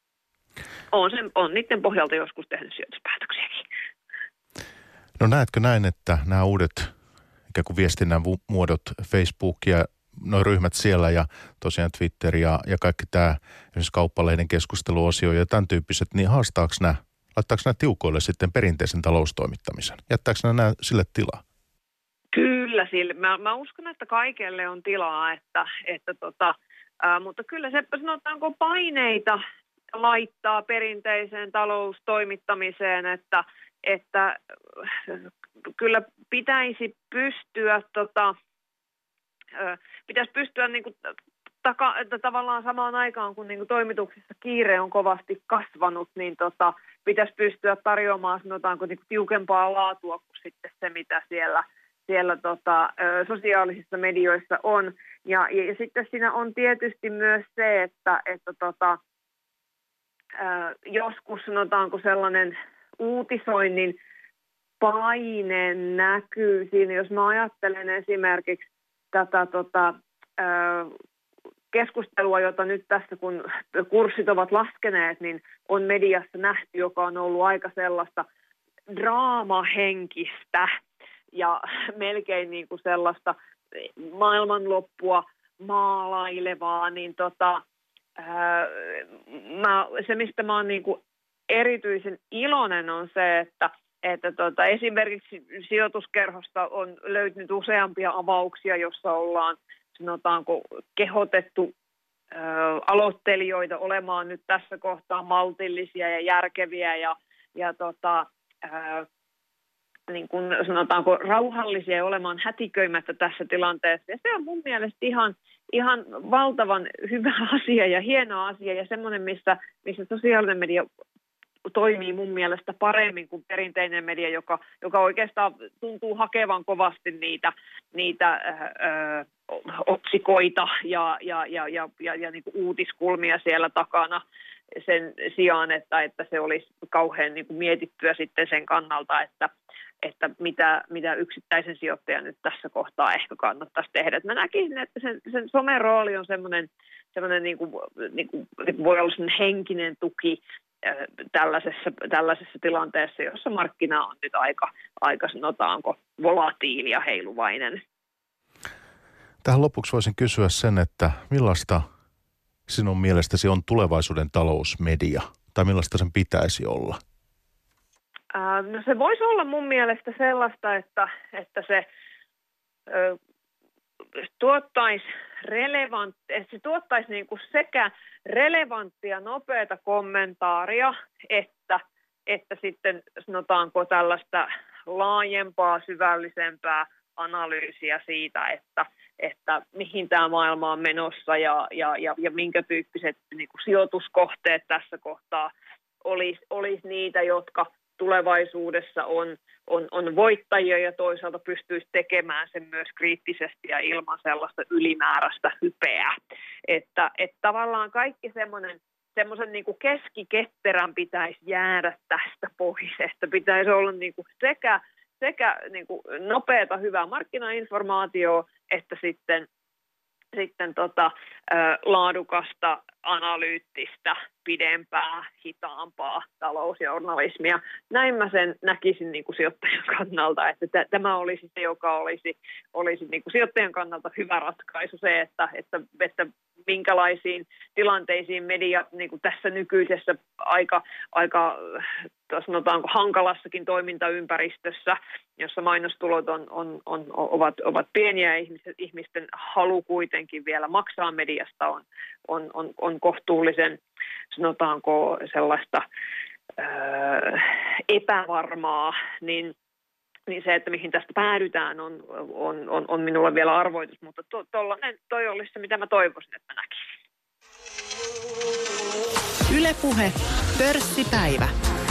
On niiden pohjalta joskus tehnyt sijoituspäätöksiäkin. No näetkö näin, että nämä uudet ikään kuin viestinnän muodot, Facebook ja nuo ryhmät siellä ja tosiaan Twitter ja kaikki tämä esimerkiksi Kauppalehden keskusteluosio ja tämän tyyppiset, niin laittaako nämä tiukoille sitten perinteisen taloustoimittamisen? Jättääkö nämä sille tilaa? Kyllä sille. Mä uskon, että kaikelle on tilaa, mutta kyllä se sanotaanko paineita laittaa perinteiseen taloustoimittamiseen, että kyllä pitäisi pystyä niin kuin tavallaan samaan aikaan, kun niin kuin toimituksissa kiire on kovasti kasvanut, niin pitäisi pystyä tarjoamaan sanotaanko niin kuin tiukempaa laatua kuin sitten se, mitä siellä sosiaalisissa medioissa on. Ja sitten siinä on tietysti myös se, että joskus sanotaanko sellainen uutisoinnin paine näkyy siinä, jos mä ajattelen esimerkiksi tätä keskustelua, jota nyt tässä, kun kurssit ovat laskeneet, niin on mediassa nähty, joka on ollut aika sellaista draamahenkistä ja melkein niin kuin sellaista maailmanloppua maalailevaa, niin se, mistä mä oon niin kuin erityisen iloinen, on se, että esimerkiksi sijoituskerhosta on löytynyt useampia avauksia, jossa ollaan, sanotaanko, kehotettu aloittelijoita olemaan nyt tässä kohtaa maltillisia ja järkeviä ja niin kuin sanotaanko rauhallisia ja olemaan hätiköimättä tässä tilanteessa. Ja se on mun mielestä ihan valtavan hyvä asia ja hieno asia ja semmoinen, missä sosiaalinen media toimii mun mielestä paremmin kuin perinteinen media, joka oikeastaan tuntuu hakevan kovasti niitä otsikoita ja niin kuin uutiskulmia siellä takana sen sijaan, että se olisi kauhean niin kuin mietittyä sitten sen kannalta, että mitä yksittäisen sijoittajan nyt tässä kohtaa ehkä kannattaisi tehdä. Et mä näkisin, että sen somen rooli on semmoinen niin kuin voi olla semmoinen henkinen tuki tällaisessa tilanteessa, jossa markkina on nyt aika sanotaanko volatiili ja heiluvainen. Tähän lopuksi voisin kysyä sen, että millaista sinun mielestäsi on tulevaisuuden talousmedia, tai millaista sen pitäisi olla? No se voisi olla mun mielestä sellaista, että se tuottaisi niin kuin sekä relevanttia, nopeata kommentaaria, että sitten sanotaanko tällaista laajempaa, syvällisempää analyysiä siitä, että mihin tämä maailma on menossa ja minkä tyyppiset niin kuin sijoituskohteet tässä kohtaa olisi niitä, jotka tulevaisuisuudessa on voittajia ja toisaalta pystyisi tekemään sen myös kriittisesti ja ilman sellaista ylimääräistä hypeä. Että tavallaan kaikki semmoisen niin kuin keskiketterän pitäisi jäädä tästä pois, että pitäisi olla niin kuin sekä niin kuin nopeata, hyvää markkinainformaatiota, että sitten laadukasta, analyyttistä, pidempää, hitaampaa talousjournalismia. Näin mä sen näkisin niin kuin sijoittajan kannalta, että tämä olisi se, joka olisi niin kuin sijoittajan kannalta hyvä ratkaisu, se, että minkälaisiin tilanteisiin media niin kuin tässä nykyisessä aika sanotaanko hankalassakin toimintaympäristössä, jossa mainostulot ovat pieniä ja ihmisten halu kuitenkin vielä maksaa mediasta on kohtuullisen, sanotaanko sellaista epävarmaa, niin se, että mihin tästä päädytään, on minulle vielä arvoitus, mutta toi olisi se, mitä mä toivoisin, että mä näkisin. Yle Puhe, pörssipäivä.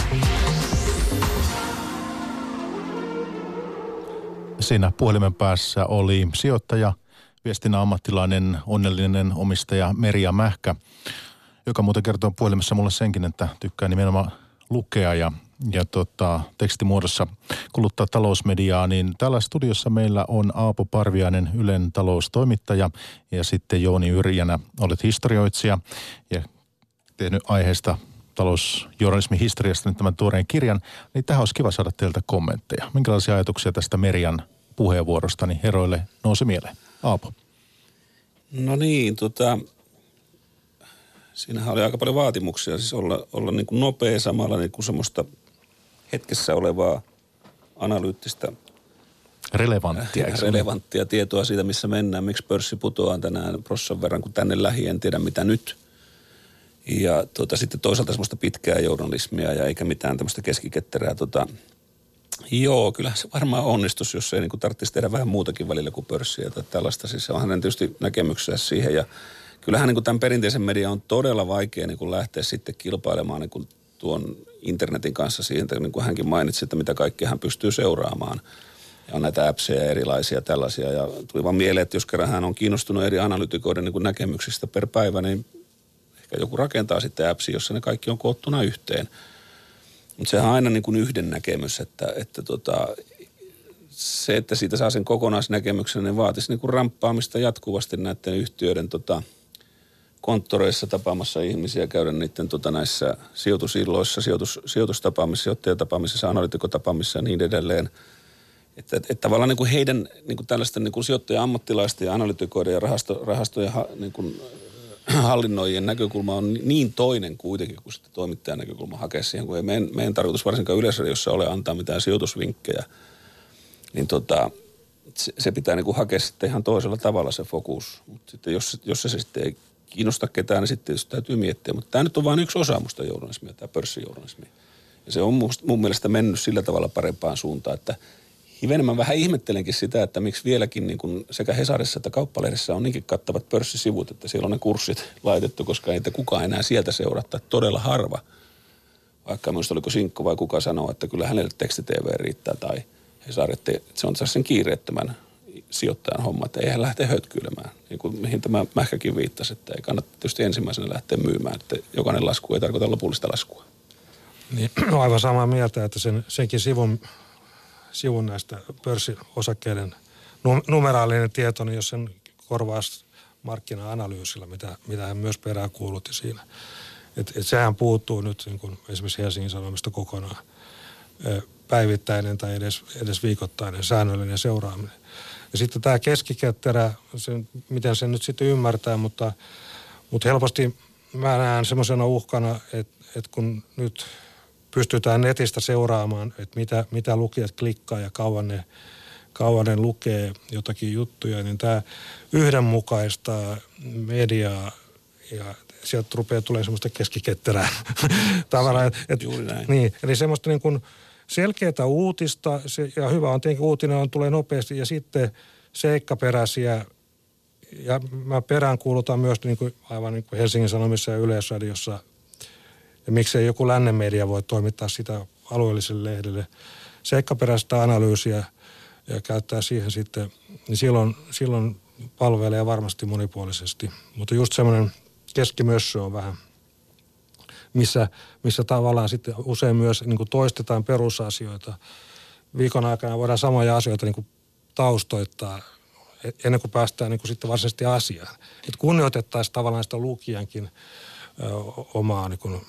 Siinä puhelimen päässä oli sijoittaja, viestinnän ammattilainen, onnellinen omistaja Merja Mähkä, joka muuten kertoo puhelimessa mulle senkin, että tykkää nimenomaan lukea ja tekstimuodossa kuluttaa talousmediaa, niin täällä studiossa meillä on Aapo Parviainen, Ylen taloustoimittaja, ja sitten Jouni Yrjänä, olet historioitsija ja tehnyt aiheesta talousjournalismin historiasta nyt tämän tuoreen kirjan, niin tähän olisi kiva saada teiltä kommentteja. Minkälaisia ajatuksia tästä Merjan puheenvuorosta niin heroille nousi mieleen? Aapo. No niin, siinähän oli aika paljon vaatimuksia, siis olla niin kuin nopea samalla niin kuin semmoista hetkessä olevaa analyyttistä relevanttia tietoa siitä, missä mennään, miksi pörssi putoaa tänään prossan verran, kun tänne lähi, en tiedä mitä nyt. Ja sitten toisaalta semmoista pitkää journalismia ja eikä mitään tämmöistä keskiketterää. Joo, kyllä se varmaan onnistus, jos ei niin kuin tarvitsisi tehdä vähän muutakin välillä kuin pörssiä tai tällaista. Siis se on hänen tietysti näkemyksensä siihen ja kyllähän niin kuin tämän perinteisen median on todella vaikea niin kuin lähteä sitten kilpailemaan niin kuin tuon internetin kanssa siihen, niin kuin hänkin mainitsi, että mitä kaikkea hän pystyy seuraamaan. Ja on näitä appseja erilaisia tällaisia ja tuli vaan mieleen, että jos kerran hän on kiinnostunut eri analytikoiden niin kuin näkemyksistä per päivä, niin ehkä joku rakentaa sitten appsi, jossa ne kaikki on koottuna yhteen. Mutta sehän on aina niin kuin yhden näkemys, että se, että siitä saa sen kokonaisnäkemyksen, niin vaatisi niin kuin ramppaamista jatkuvasti näiden yhtiöiden konttoreissa tapaamassa ihmisiä, käydä niiden näissä sijoitusilloissa, sijoitustapaamissa, sijoittajatapaamisissa, analytikotapaamissa ja niin edelleen. Että tavallaan niin kuin heidän niin kuin tällaisten niin kuin sijoittaja-ammattilaisten ja analytikoiden ja rahastojen niin kuin hallinnoijien näkökulma on niin toinen kuitenkin, kun sitten toimittajan näkökulma hakee siihen, kun ei meidän tarkoitus varsinkaan Yleisradiossa ole antaa mitään sijoitusvinkkejä, niin se pitää niin kuin hakea sitten ihan toisella tavalla se fokus. Mutta sitten jos se sitten ei kiinnosta ketään, niin sitten täytyy miettiä. Mutta tämä nyt on vain yksi osa musta journalismia, tämä pörssijournalismi. Ja se on mun mielestä mennyt sillä tavalla parempaan suuntaan, että hivenen mä vähän ihmettelenkin sitä, että miksi vieläkin niin kuin sekä Hesarissa että Kauppalehdessä on niinkin kattavat pörssisivut, että siellä on ne kurssit laitettu, koska ei kukaan enää sieltä seurattaa. Todella harva. Vaikka minusta oliko Sinkko vai kuka sanoo, että kyllä hänelle teksti-TV riittää tai Hesari, että se on sen kiireettömän sijoittajan homma, että ei hän lähteä hötkyilemään. Niin kuin mihin tämä Mähkäkin viittasi, että ei kannata tietysti ensimmäisenä lähteä myymään, että jokainen lasku ei tarkoita lopullista laskua. Niin, no aivan samaa mieltä, että senkin sivun näistä pörssiosakkeiden numeraalinen tieto, niin jos sen korvaisi markkina-analyysillä, mitä hän myös peräänkuulutti siinä. Että sehän puuttuu nyt niin kuin esimerkiksi Helsingin Sanomista kokonaan päivittäinen tai edes viikoittainen säännöllinen seuraaminen. Ja sitten tämä keskiketterä, miten sen nyt sitten ymmärtää, mutta helposti mä näen semmoisena uhkana, että kun nyt pystytään netistä seuraamaan, että mitä lukijat klikkaa ja kauan ne lukee jotakin juttuja, niin tämä yhdenmukaistaa mediaa ja sieltä rupeaa tulemaan semmoista keskiketterää tavallaan. Juuri näin. Niin, eli semmoista niin kuin selkeää uutista, ja hyvä on tietenkin uutinen, tulee nopeasti, ja sitten seikkaperäisiä, ja mä peräänkuulutan myös niin kuin, aivan niin kuin Helsingin Sanomissa ja Yleisradiossa, ja miksei joku lännen media voi toimittaa sitä alueelliselle lehdelle, seikkaperäistä analyysiä ja käyttää siihen sitten, niin silloin palvelee varmasti monipuolisesti. Mutta just semmoinen keskimössö on vähän, missä tavallaan sitten usein myös niin kuin toistetaan perusasioita. Viikon aikana voidaan samoja asioita niin kuin taustoittaa ennen kuin päästään niin kuin sitten varsinaisesti asiaan. Että kunnioitettaisiin tavallaan sitä lukijankin omaa niin kuin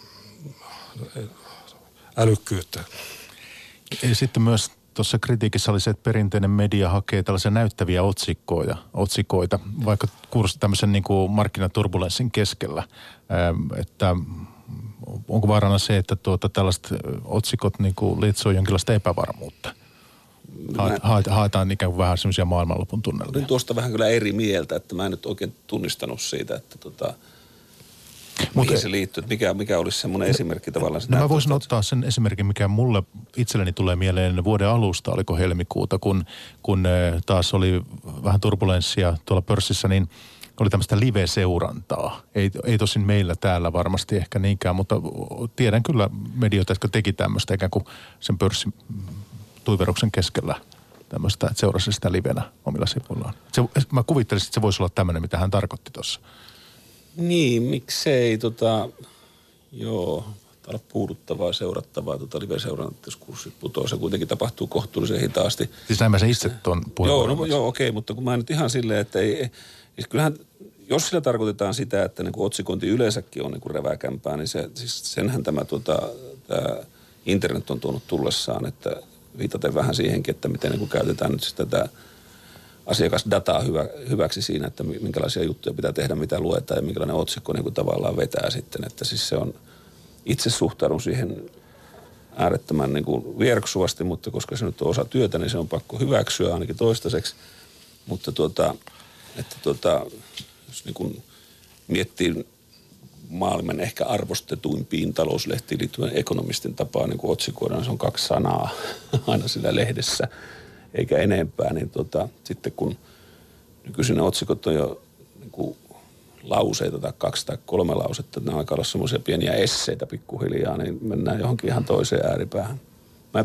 älykkyyttä. Ja sitten myös tuossa kritiikissä oli se, että perinteinen media hakee tällaisia näyttäviä otsikoita, vaikka tämmöisen niin kuin markkinaturbulenssin keskellä, että onko vaarana se, että tällaiset otsikot niin kuin lietsoo jonkinlaista epävarmuutta? Haetaan ikään kuin vähän semmoisia maailmanlopun tunnelmia. Olen tuosta vähän kyllä eri mieltä, että mä en nyt oikein tunnistanut siitä, että mihin se liittyy, että mikä olisi semmoinen esimerkki tavallaan. No mä voisin ottaa sen esimerkin, mikä mulle itselleni tulee mieleen vuoden alusta, oliko helmikuuta, kun taas oli vähän turbulenssia tuolla pörssissä, niin oli tämmöistä live-seurantaa. Ei tosin meillä täällä varmasti ehkä niinkään, mutta tiedän kyllä medioita, jotka teki tämmöistä ikään kuin sen pörssituiveruksen keskellä tämmöistä, että seurasi sitä livenä omilla sivuillaan. Mä kuvittelisin, että se voisi olla tämmöinen, mitä hän tarkoitti tuossa. Niin, miksei joo, olla puuduttavaa, seurattavaa live-seurannat, jos kurssit putoaa, se kuitenkin tapahtuu kohtuullisen hitaasti. Siis näin mä sen itse tuon puheenvuoron. Joo, okei, mutta kun mä nyt ihan silleen, että siis kyllähän, jos sillä tarkoitetaan sitä, että niin kuin otsikointi yleensäkin on niin kuin reväkämpää, niin siis senhän tämä internet on tuonut tullessaan, että viitaten vähän siihenkin, että miten niin kuin käytetään nyt tätä asiakasdataa hyväksi siinä, että minkälaisia juttuja pitää tehdä, mitä luetaan ja minkälainen otsikko niin kuin tavallaan vetää sitten. Että siis se on, itse suhtaudun siihen äärettömän niin kuin vieroksuvasti, mutta koska se nyt on osa työtä, niin se on pakko hyväksyä ainakin toistaiseksi. Mutta jos niin kuin miettii maailman ehkä arvostetuimpiin talouslehtiin liittyen ekonomistin tapaan niin kuin otsikoidaan, se on 2 sanaa aina siinä lehdessä, eikä enempää, niin sitten kun nykyisin ne otsikot on jo niin kuin lauseita tai 2 tai 3 lausetta, ne alkaa olla semmoisia pieniä esseitä pikkuhiljaa, niin mennään johonkin ihan toiseen ääripäähän. Mä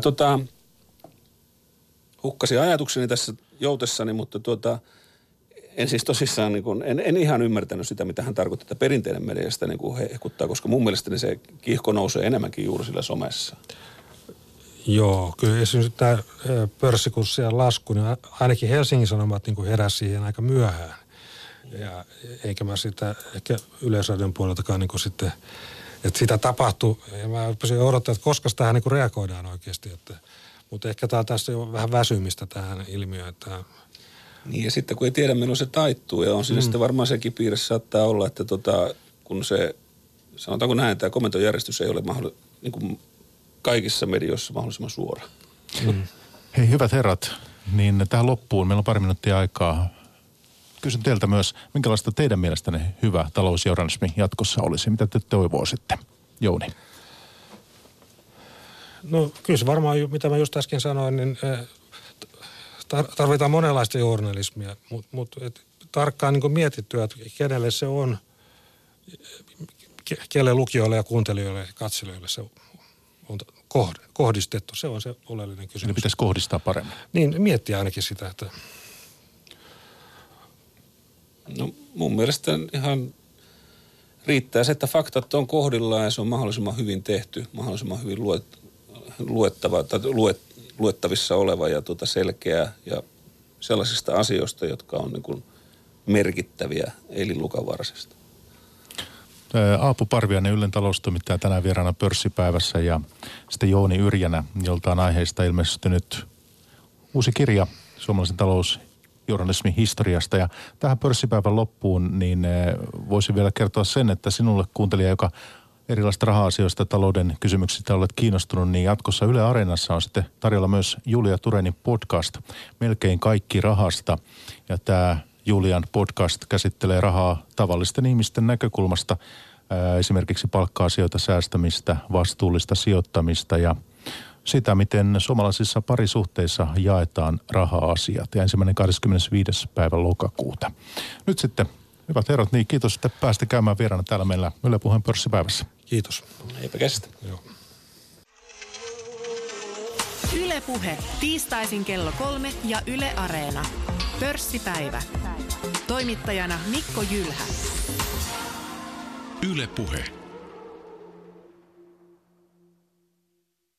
hukkasin ajatukseni tässä joutessani, mutta en siis tosissaan, niin kuin, en ihan ymmärtänyt sitä, mitä hän tarkoitti, että perinteinen media sitä niin kuin hehkuttaa, koska mun mielestäni se kiihko nousee enemmänkin juuri sillä somessa. Joo, kyllä esimerkiksi tämä pörssikurssien lasku, niin ainakin Helsingin Sanomat niin kuin heräsi siihen aika myöhään. Ja eikä mä sitä ehkä Yleisradion puoleltakaan niin kuin sitten, että sitä tapahtui. Ja mä rupesin odottaa, että koska tähän niin kuin reagoidaan oikeasti. Mutta ehkä tämä on tässä jo vähän väsymistä tähän ilmiöön. Niin ja sitten kun ei tiedä milloin se taittuu ja on siinä sitten varmaan sekin piirissä saattaa olla, että kun se, sanotaanko näin, että tämä komentojärjestys ei ole niin kuin kaikissa medioissa mahdollisimman suora. Hei hyvät herrat, niin tähän loppuun meillä on 2 minuuttia aikaa. Kysyn teiltä myös, minkälaista teidän mielestänne hyvä talousjournalismi jatkossa olisi? Mitä te toivoisitte? Jouni. No kyllä se varmaan, mitä mä just äsken sanoin, niin tarvitaan monenlaista journalismia, mutta tarkkaan niin kuin mietittyä, että kenelle se on, kelle lukijoille ja kuuntelijoille ja katselijoille se on kohdistettu. Se on se oleellinen kysymys. Eli pitäisi kohdistaa paremmin. Niin, miettiä ainakin sitä, että... No mun mielestä ihan riittää se, että faktat on kohdillaan ja se on mahdollisimman hyvin tehty, mahdollisimman hyvin luettavissa oleva ja selkeä ja sellaisista asioista, jotka on niin kuin merkittäviä Eilin Lukavarsesta. Aapo Parviainen, Ylen taloustoimittaja, tänään vieraana Pörssipäivässä ja sitten Jouni Yrjänä, jolta on aiheesta ilmestynyt uusi kirja suomalaisen talousjournalismin historiasta. Ja tähän Pörssipäivän loppuun niin voisin vielä kertoa sen, että sinulle kuuntelija, joka erilaisista raha-asioista, talouden kysymyksistä olet kiinnostunut, niin jatkossa Yle Areenassa on sitten tarjolla myös Julia Turenin podcast Melkein kaikki rahasta. Ja tämä Julian podcast käsittelee rahaa tavallisten ihmisten näkökulmasta, esimerkiksi palkka-asioita, säästämistä, vastuullista sijoittamista ja sitä, miten suomalaisissa parisuhteissa jaetaan raha-asiat. Ja 25. päivä lokakuuta. Nyt sitten, hyvät herrat, niin kiitos, että pääsitte käymään vieraana täällä meillä Yle Puheen Pörssipäivässä. Kiitos. Eipä kestä. Joo. Yle Puhe, tiistaisin kello 3 ja Yle Areena. Pörssipäivä. Toimittajana Mikko Jylhä. Yle Puhe.